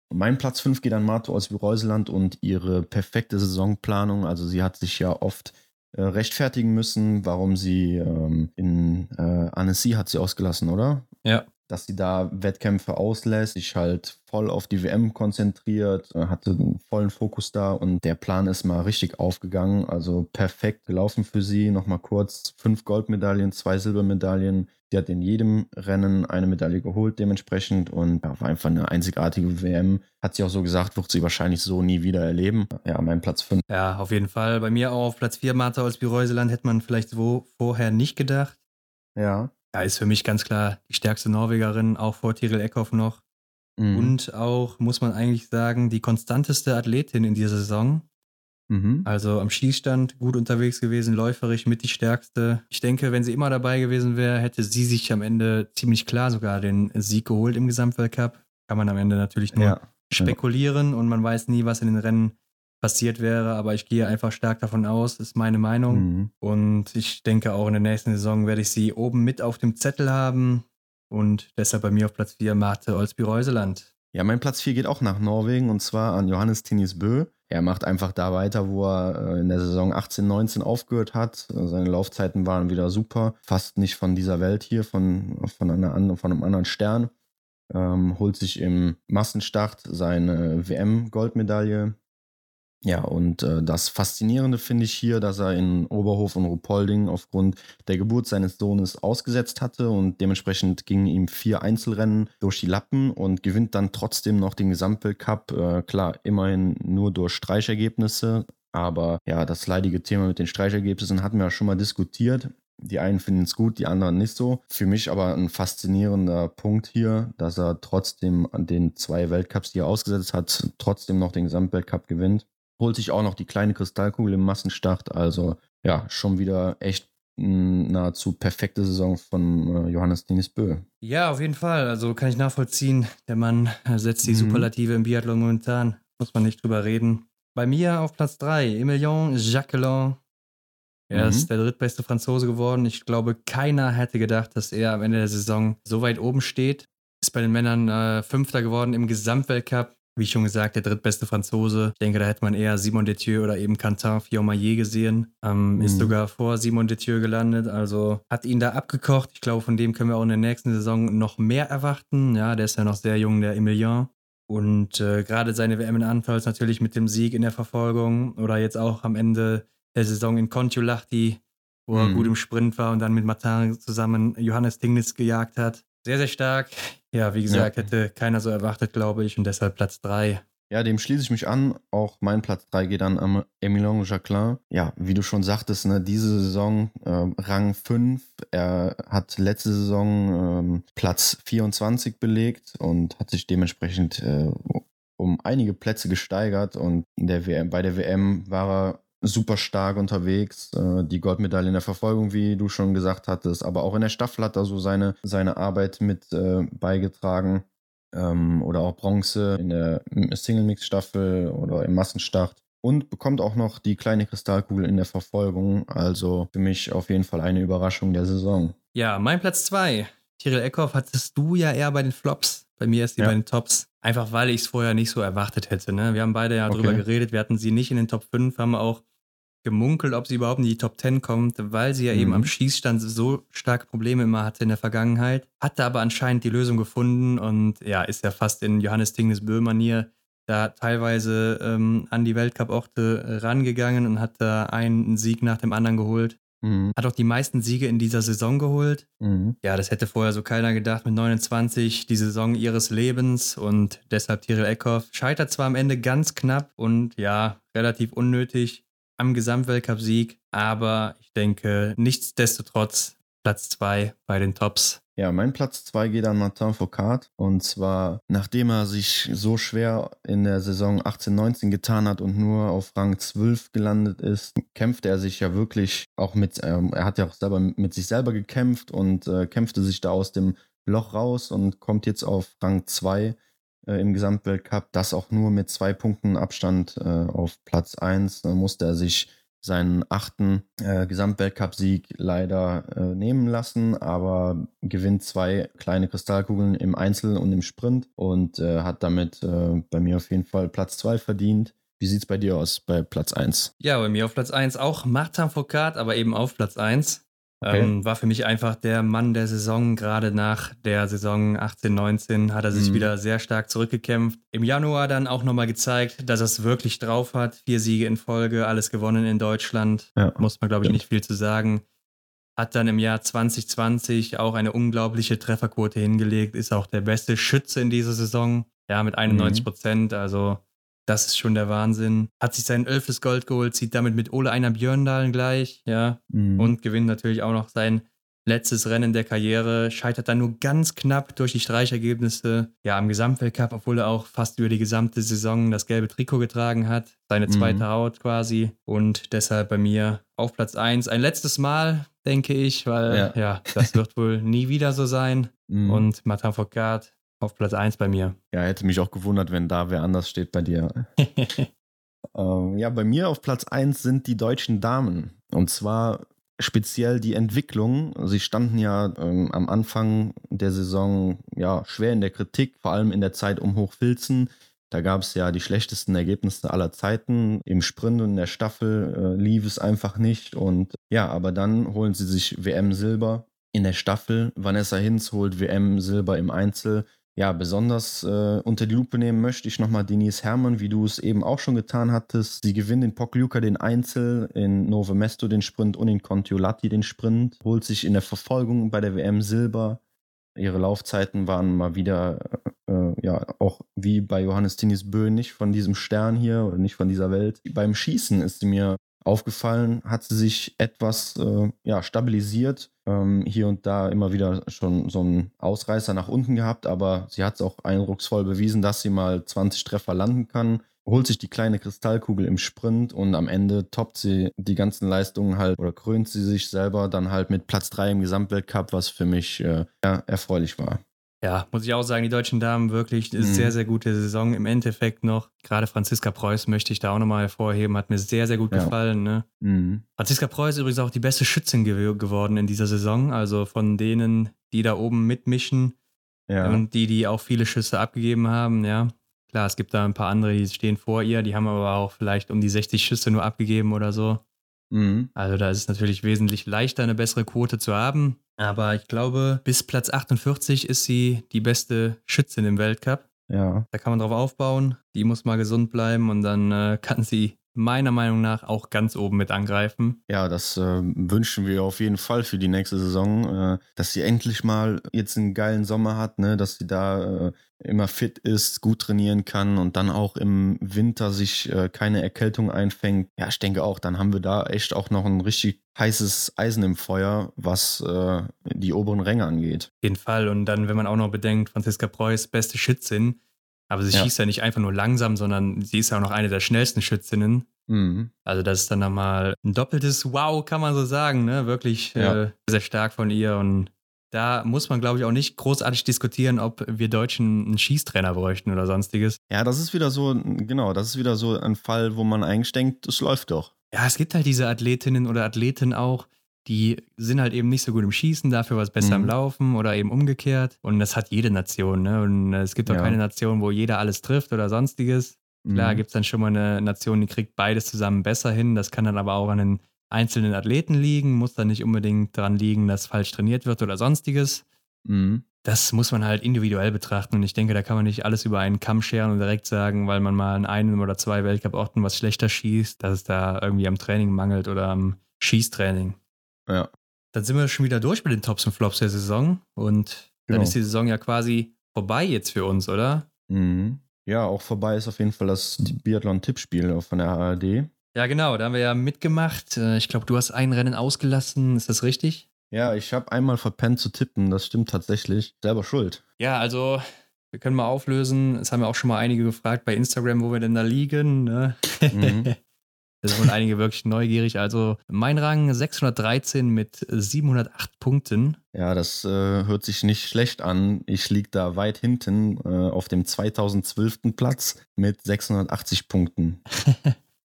Mein Platz fünf geht an Marta Olsby-Reuseland und ihre perfekte Saisonplanung. Also sie hat sich ja oft äh, rechtfertigen müssen, warum sie ähm, in äh, Annecy hat sie ausgelassen, oder? Ja. Dass sie da Wettkämpfe auslässt, sich halt voll auf die W M konzentriert, hatte einen vollen Fokus da und der Plan ist mal richtig aufgegangen, also perfekt gelaufen für sie. Nochmal kurz, fünf Goldmedaillen, zwei Silbermedaillen. Sie hat in jedem Rennen eine Medaille geholt dementsprechend und ja, war einfach eine einzigartige W M. Hat sie auch so gesagt, wird sie wahrscheinlich so nie wieder erleben. Ja, mein Platz fünf. Ja, auf jeden Fall. Bei mir auch auf Platz vier Marta Olsby-Reuseland, hätte man vielleicht so vorher nicht gedacht. Ja. Ja, ist für mich ganz klar die stärkste Norwegerin, auch vor Tiril Eckhoff noch. Mhm. Und auch, muss man eigentlich sagen, die konstanteste Athletin in dieser Saison. Mhm. Also am Schießstand gut unterwegs gewesen, läuferisch mit die stärkste. Ich denke, wenn sie immer dabei gewesen wäre, hätte sie sich am Ende ziemlich klar sogar den Sieg geholt im Gesamtweltcup. Kann man am Ende natürlich nur ja. spekulieren und man weiß nie, was in den Rennen passiert wäre, aber ich gehe einfach stark davon aus, ist meine Meinung. Mhm. Und ich denke auch in der nächsten Saison werde ich sie oben mit auf dem Zettel haben und deshalb bei mir auf Platz vier Marta Olsby-Reuseland. Ja, mein Platz vier geht auch nach Norwegen und zwar an Johannes Tinnis Bø. Er macht einfach da weiter, wo er in der Saison achtzehn neunzehn aufgehört hat. Seine Laufzeiten waren wieder super. Fast nicht von dieser Welt hier, von, von, einer, von einem anderen Stern. Ähm, holt sich im Massenstart seine W M-Goldmedaille. Ja, und äh, das Faszinierende finde ich hier, dass er in Oberhof und Ruhpolding aufgrund der Geburt seines Sohnes ausgesetzt hatte und dementsprechend gingen ihm vier Einzelrennen durch die Lappen und gewinnt dann trotzdem noch den Gesamtweltcup. Äh, klar, immerhin nur durch Streichergebnisse, aber ja, das leidige Thema mit den Streichergebnissen hatten wir ja schon mal diskutiert. Die einen finden es gut, die anderen nicht so. Für mich aber ein faszinierender Punkt hier, dass er trotzdem an den zwei Weltcups, die er ausgesetzt hat, trotzdem noch den Gesamtweltcup gewinnt. Holt sich auch noch die kleine Kristallkugel im Massenstart. Also ja, schon wieder echt eine nahezu perfekte Saison von äh, Johannes Tinnis Bø. Ja, auf jeden Fall. Also kann ich nachvollziehen. Der Mann setzt die mhm. Superlative im Biathlon momentan. Muss man nicht drüber reden. Bei mir auf Platz drei, Emilien Jacquelin. Er mhm. ist der drittbeste Franzose geworden. Ich glaube, keiner hätte gedacht, dass er am Ende der Saison so weit oben steht. Ist bei den Männern äh, Fünfter geworden im Gesamtweltcup. Wie schon gesagt, der drittbeste Franzose. Ich denke, da hätte man eher Simon Détieux oder eben Quentin Fillon-Maillet gesehen. Ähm, mhm. Ist sogar vor Simon Détieux gelandet, also hat ihn da abgekocht. Ich glaube, von dem können wir auch in der nächsten Saison noch mehr erwarten. Ja, der ist ja noch sehr jung, der Emilien. Und äh, gerade seine W M in Anfalls natürlich mit dem Sieg in der Verfolgung oder jetzt auch am Ende der Saison in Kontiolahti, wo mhm. er gut im Sprint war und dann mit Martin zusammen Johannes Tingnes gejagt hat. Sehr, sehr stark. Ja, wie gesagt, ja. hätte keiner so erwartet, glaube ich, und deshalb Platz drei. Ja, dem schließe ich mich an. Auch mein Platz drei geht an am Emilien Jacquelin. Ja, wie du schon sagtest, ne, diese Saison äh, Rang fünf. Er hat letzte Saison ähm, Platz vierundzwanzig belegt und hat sich dementsprechend äh, um einige Plätze gesteigert. Und in der W M, bei der W M war er super stark unterwegs, die Goldmedaille in der Verfolgung, wie du schon gesagt hattest, aber auch in der Staffel hat er so seine, seine Arbeit mit äh, beigetragen ähm, oder auch Bronze in der Single-Mix-Staffel oder im Massenstart und bekommt auch noch die kleine Kristallkugel in der Verfolgung, also für mich auf jeden Fall eine Überraschung der Saison. Ja, mein Platz zwei. Tiril Eckhoff hattest du ja eher bei den Flops, bei mir ist die ja. bei den Tops. Einfach weil ich es vorher nicht so erwartet hätte. Ne? Wir haben beide ja okay. drüber geredet, wir hatten sie nicht in den Top fünf, haben auch gemunkelt, ob sie überhaupt in die Top zehn kommt, weil sie ja mhm. eben am Schießstand so starke Probleme immer hatte in der Vergangenheit. Hatte aber anscheinend die Lösung gefunden und ja, ist ja fast in Johannes Tingnes Bø-Manier da teilweise ähm, an die Weltcup-Orte rangegangen und hat da einen Sieg nach dem anderen geholt. Mhm. Hat auch die meisten Siege in dieser Saison geholt. Mhm. Ja, das hätte vorher so keiner gedacht mit neunundzwanzig, die Saison ihres Lebens und deshalb Tiril Eckhoff. Scheitert zwar am Ende ganz knapp und ja, relativ unnötig am Gesamtweltcup-Sieg, aber ich denke, nichtsdestotrotz Platz zwei bei den Tops. Ja, mein Platz zwei geht an Martin Fourcade und zwar, nachdem er sich so schwer in der Saison achtzehn neunzehn getan hat und nur auf Rang zwölf gelandet ist, kämpfte er sich ja wirklich auch mit, ähm, er hat ja auch selber mit sich selber gekämpft und äh, kämpfte sich da aus dem Loch raus und kommt jetzt auf Rang zwei äh, im Gesamtweltcup, das auch nur mit zwei Punkten Abstand äh, auf Platz eins. Da musste er sich seinen achten äh, Gesamtweltcup-Sieg leider äh, nehmen lassen, aber gewinnt zwei kleine Kristallkugeln im Einzel und im Sprint und äh, hat damit äh, bei mir auf jeden Fall Platz zwei verdient. Wie sieht es bei dir aus bei Platz eins? Ja, bei mir auf Platz eins auch Martin Fourcade, aber eben auf Platz eins. Okay. Ähm, war für mich einfach der Mann der Saison. Gerade nach der Saison achtzehn neunzehn hat er sich mhm. wieder sehr stark zurückgekämpft. Im Januar dann auch nochmal gezeigt, dass er es wirklich drauf hat. Vier Siege in Folge, alles gewonnen in Deutschland. Ja. Muss man, glaube ich, ja. nicht viel zu sagen. Hat dann im Jahr zwanzig zwanzig auch eine unglaubliche Trefferquote hingelegt. Ist auch der beste Schütze in dieser Saison. Ja, mit einundneunzig Prozent. Mhm. Also das ist schon der Wahnsinn. Hat sich sein elftes Gold geholt, zieht damit mit Ole Einar Björndalen gleich, ja. Mhm. Und gewinnt natürlich auch noch sein letztes Rennen der Karriere. Scheitert dann nur ganz knapp durch die Streichergebnisse, ja, am Gesamtweltcup, obwohl er auch fast über die gesamte Saison das gelbe Trikot getragen hat. Seine zweite mhm. Haut quasi. Und deshalb bei mir auf Platz eins. Ein letztes Mal, denke ich, weil, ja, ja das wird wohl nie wieder so sein. Mhm. Und Martin Fourcade auf Platz eins bei mir. Ja, hätte mich auch gewundert, wenn da wer anders steht bei dir. ähm, ja, bei mir auf Platz eins sind die deutschen Damen. Und zwar speziell die Entwicklung. Sie standen ja ähm, am Anfang der Saison ja schwer in der Kritik, vor allem in der Zeit um Hochfilzen. Da gab es ja die schlechtesten Ergebnisse aller Zeiten. Im Sprint und in der Staffel äh, lief es einfach nicht. Und ja, aber dann holen sie sich W M-Silber in der Staffel. Vanessa Hinz holt W M-Silber im Einzel. Ja, besonders äh, unter die Lupe nehmen möchte ich nochmal Denise Herrmann, wie du es eben auch schon getan hattest. Sie gewinnt in Pokljuka den Einzel, in Nove Mesto den Sprint und in Kontiolahti den Sprint. Holt sich in der Verfolgung bei der W M Silber. Ihre Laufzeiten waren mal wieder, äh, ja, auch wie bei Johannes Tinnis Bö nicht von diesem Stern hier oder nicht von dieser Welt. Beim Schießen ist sie mir aufgefallen, hat sie sich etwas äh, ja, stabilisiert. Ähm, hier und da immer wieder schon so einen Ausreißer nach unten gehabt, aber sie hat es auch eindrucksvoll bewiesen, dass sie mal zwanzig Treffer landen kann. Holt sich die kleine Kristallkugel im Sprint und am Ende toppt sie die ganzen Leistungen halt oder krönt sie sich selber dann halt mit Platz drei im Gesamtweltcup, was für mich äh, ja, erfreulich war. Ja, muss ich auch sagen, die deutschen Damen wirklich eine mhm. sehr, sehr gute Saison. Im Endeffekt noch, gerade Franziska Preuß möchte ich da auch nochmal hervorheben, hat mir sehr, sehr gut ja. gefallen. Ne? Mhm. Franziska Preuß ist übrigens auch die beste Schützin ge- geworden in dieser Saison, also von denen, die da oben mitmischen ja. und die, die auch viele Schüsse abgegeben haben, ja. Klar, es gibt da ein paar andere, die stehen vor ihr, die haben aber auch vielleicht um die sechzig Schüsse nur abgegeben oder so. Mhm. Also da ist es natürlich wesentlich leichter, eine bessere Quote zu haben. Aber ich glaube, bis Platz achtundvierzig ist sie die beste Schützin im Weltcup. Ja. Da kann man drauf aufbauen. Die muss mal gesund bleiben und dann äh, kann sie meiner Meinung nach auch ganz oben mit angreifen. Ja, das äh, wünschen wir auf jeden Fall für die nächste Saison, äh, dass sie endlich mal jetzt einen geilen Sommer hat, ne, dass sie da äh, immer fit ist, gut trainieren kann und dann auch im Winter sich äh, keine Erkältung einfängt. Ja, ich denke auch, dann haben wir da echt auch noch ein richtig heißes Eisen im Feuer, was äh, die oberen Ränge angeht. Auf jeden Fall. Und dann, wenn man auch noch bedenkt, Franziska Preuß, beste Schützin, aber sie ja. schießt ja nicht einfach nur langsam, sondern sie ist ja auch noch eine der schnellsten Schützinnen. Mhm. Also das ist dann nochmal ein doppeltes Wow, kann man so sagen, ne? Wirklich ja. äh, sehr stark von ihr. Und da muss man, glaube ich, auch nicht großartig diskutieren, ob wir Deutschen einen Schießtrainer bräuchten oder sonstiges. Ja, das ist wieder so, genau, das ist wieder so ein Fall, wo man eigentlich denkt, es läuft doch. Ja, es gibt halt diese Athletinnen oder Athleten auch, die sind halt eben nicht so gut im Schießen, dafür was besser mhm. im Laufen oder eben umgekehrt. Und das hat jede Nation, ne? Und es gibt auch ja. keine Nation, wo jeder alles trifft oder sonstiges. Klar, mhm. gibt es dann schon mal eine Nation, die kriegt beides zusammen besser hin. Das kann dann aber auch an den einzelnen Athleten liegen, muss dann nicht unbedingt daran liegen, dass falsch trainiert wird oder sonstiges. Mhm. Das muss man halt individuell betrachten. Und ich denke, da kann man nicht alles über einen Kamm scheren und direkt sagen, weil man mal an einem oder zwei Weltcup-Orten was schlechter schießt, dass es da irgendwie am Training mangelt oder am Schießtraining. Ja. Dann sind wir schon wieder durch mit den Tops und Flops der Saison und genau. dann ist die Saison ja quasi vorbei jetzt für uns, oder? Mhm. Ja, auch vorbei ist auf jeden Fall das Biathlon-Tippspiel von der A R D. Ja, genau, da haben wir ja mitgemacht. Ich glaube, du hast ein Rennen ausgelassen, ist das richtig? Ja, ich habe einmal verpennt zu tippen, das stimmt tatsächlich. Selber schuld. Ja, also wir können mal auflösen. Es haben ja auch schon mal einige gefragt bei Instagram, wo wir denn da liegen. Ne? Mhm. Da sind wohl einige wirklich neugierig. Also mein Rang sechshundertdreizehn mit siebenhundertacht Punkten. Ja, das äh, hört sich nicht schlecht an. Ich liege da weit hinten äh, auf dem zweitausendzwölften Platz mit sechshundertachtzig Punkten.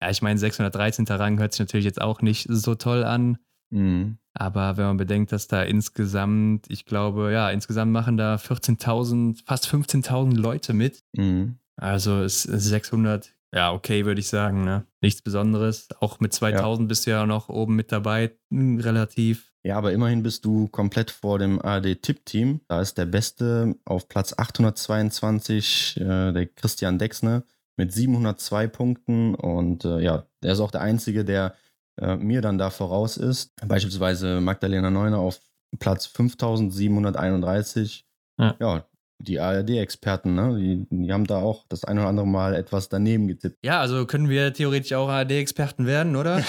Ja, ich meine, sechshundertdreizehnter Rang hört sich natürlich jetzt auch nicht so toll an. Mhm. Aber wenn man bedenkt, dass da insgesamt, ich glaube, ja, insgesamt machen da vierzehntausend, fast fünfzehntausend Leute mit. Mhm. Also ist sechshundert, ja, okay, würde ich sagen, ne? Nichts Besonderes. Auch mit zweitausend ja. bist du ja noch oben mit dabei, relativ. Ja, aber immerhin bist du komplett vor dem A R D-Tipp-Team. Da ist der Beste auf Platz achthundertzweiundzwanzig, äh, der Christian Dexne, mit siebenhundertzwei Punkten. Und äh, ja, der ist auch der Einzige, der äh, mir dann da voraus ist. Beispielsweise Magdalena Neuner auf Platz fünftausendsiebenhunderteinunddreißig. Ja, ja, die A R D-Experten, ne? Die, die haben da auch das ein oder andere Mal etwas daneben getippt. Ja, also können wir theoretisch auch A R D-Experten werden, oder?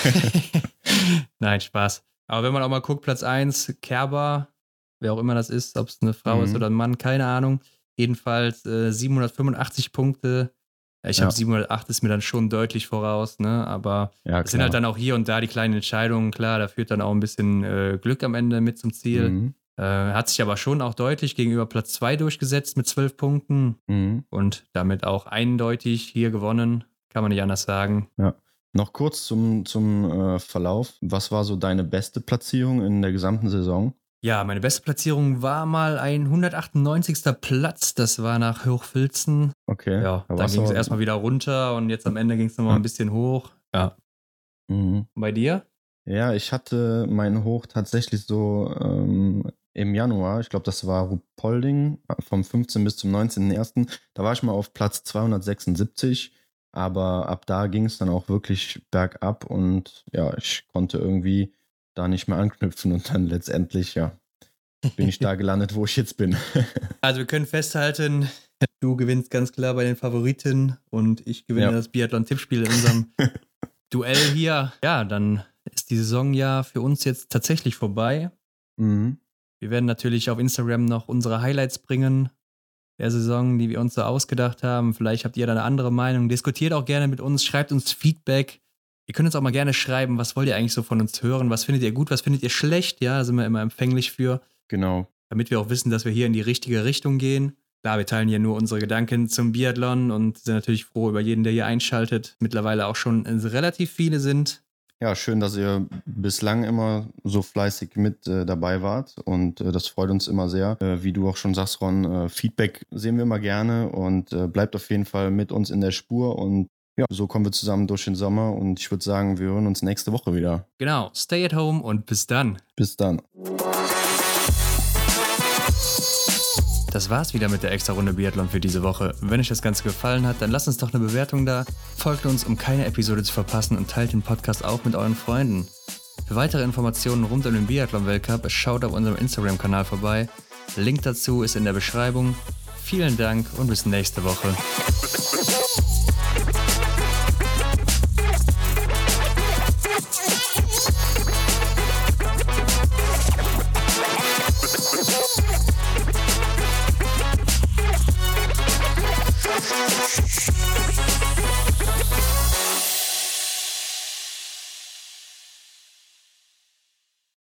Nein, Spaß. Aber wenn man auch mal guckt, Platz eins, Kerber, wer auch immer das ist, ob es eine Frau mhm. ist oder ein Mann, keine Ahnung. Jedenfalls äh, siebenhundertfünfundachtzig Punkte. Ich ja. habe siebenhundertacht, ist mir dann schon deutlich voraus, ne? Aber ja, es sind halt dann auch hier und da die kleinen Entscheidungen. Klar, da führt dann auch ein bisschen äh, Glück am Ende mit zum Ziel. Mhm. Äh, hat sich aber schon auch deutlich gegenüber Platz zwei durchgesetzt mit zwölf Punkten mhm. und damit auch eindeutig hier gewonnen. Kann man nicht anders sagen. Ja. Noch kurz zum, zum äh, Verlauf. Was war so deine beste Platzierung in der gesamten Saison? Ja, meine beste Platzierung war mal ein hundertachtundneunzigster Platz. Das war nach Hochfilzen. Okay. Ja, da dann ging es erstmal wieder runter und jetzt am Ende ging es nochmal ja. ein bisschen hoch. Ja. Mhm. Und bei dir? Ja, ich hatte mein Hoch tatsächlich so ähm, im Januar. Ich glaube, das war Ruhpolding vom fünfzehnten bis zum neunzehnten ersten Da war ich mal auf Platz zweihundertsechsundsiebzig. Aber ab da ging es dann auch wirklich bergab und ja, ich konnte irgendwie da nicht mehr anknüpfen und dann letztendlich, ja, bin ich da gelandet, wo ich jetzt bin. Also wir können festhalten, du gewinnst ganz klar bei den Favoriten und ich gewinne ja. das Biathlon-Tippspiel in unserem Duell hier. Ja, dann ist die Saison ja für uns jetzt tatsächlich vorbei. Mhm. Wir werden natürlich auf Instagram noch unsere Highlights bringen der Saison, die wir uns so ausgedacht haben. Vielleicht habt ihr da eine andere Meinung. Diskutiert auch gerne mit uns, schreibt uns Feedback. Ihr könnt uns auch mal gerne schreiben, was wollt ihr eigentlich so von uns hören? Was findet ihr gut, was findet ihr schlecht? Ja, da sind wir immer empfänglich für. Genau. Damit wir auch wissen, dass wir hier in die richtige Richtung gehen. Klar, wir teilen hier nur unsere Gedanken zum Biathlon und sind natürlich froh über jeden, der hier einschaltet. Mittlerweile auch schon relativ viele sind. Ja, schön, dass ihr bislang immer so fleißig mit äh, dabei wart und äh, das freut uns immer sehr. Äh, wie du auch schon sagst, Ron, äh, Feedback sehen wir immer gerne und äh, bleibt auf jeden Fall mit uns in der Spur und ja, so kommen wir zusammen durch den Sommer und ich würde sagen, wir hören uns nächste Woche wieder. Genau, stay at home und bis dann. Bis dann. Das war's wieder mit der Extra-Runde Biathlon für diese Woche. Wenn euch das Ganze gefallen hat, dann lasst uns doch eine Bewertung da, folgt uns, um keine Episode zu verpassen und teilt den Podcast auch mit euren Freunden. Für weitere Informationen rund um den Biathlon-Weltcup schaut auf unserem Instagram-Kanal vorbei. Link dazu ist in der Beschreibung. Vielen Dank und bis nächste Woche.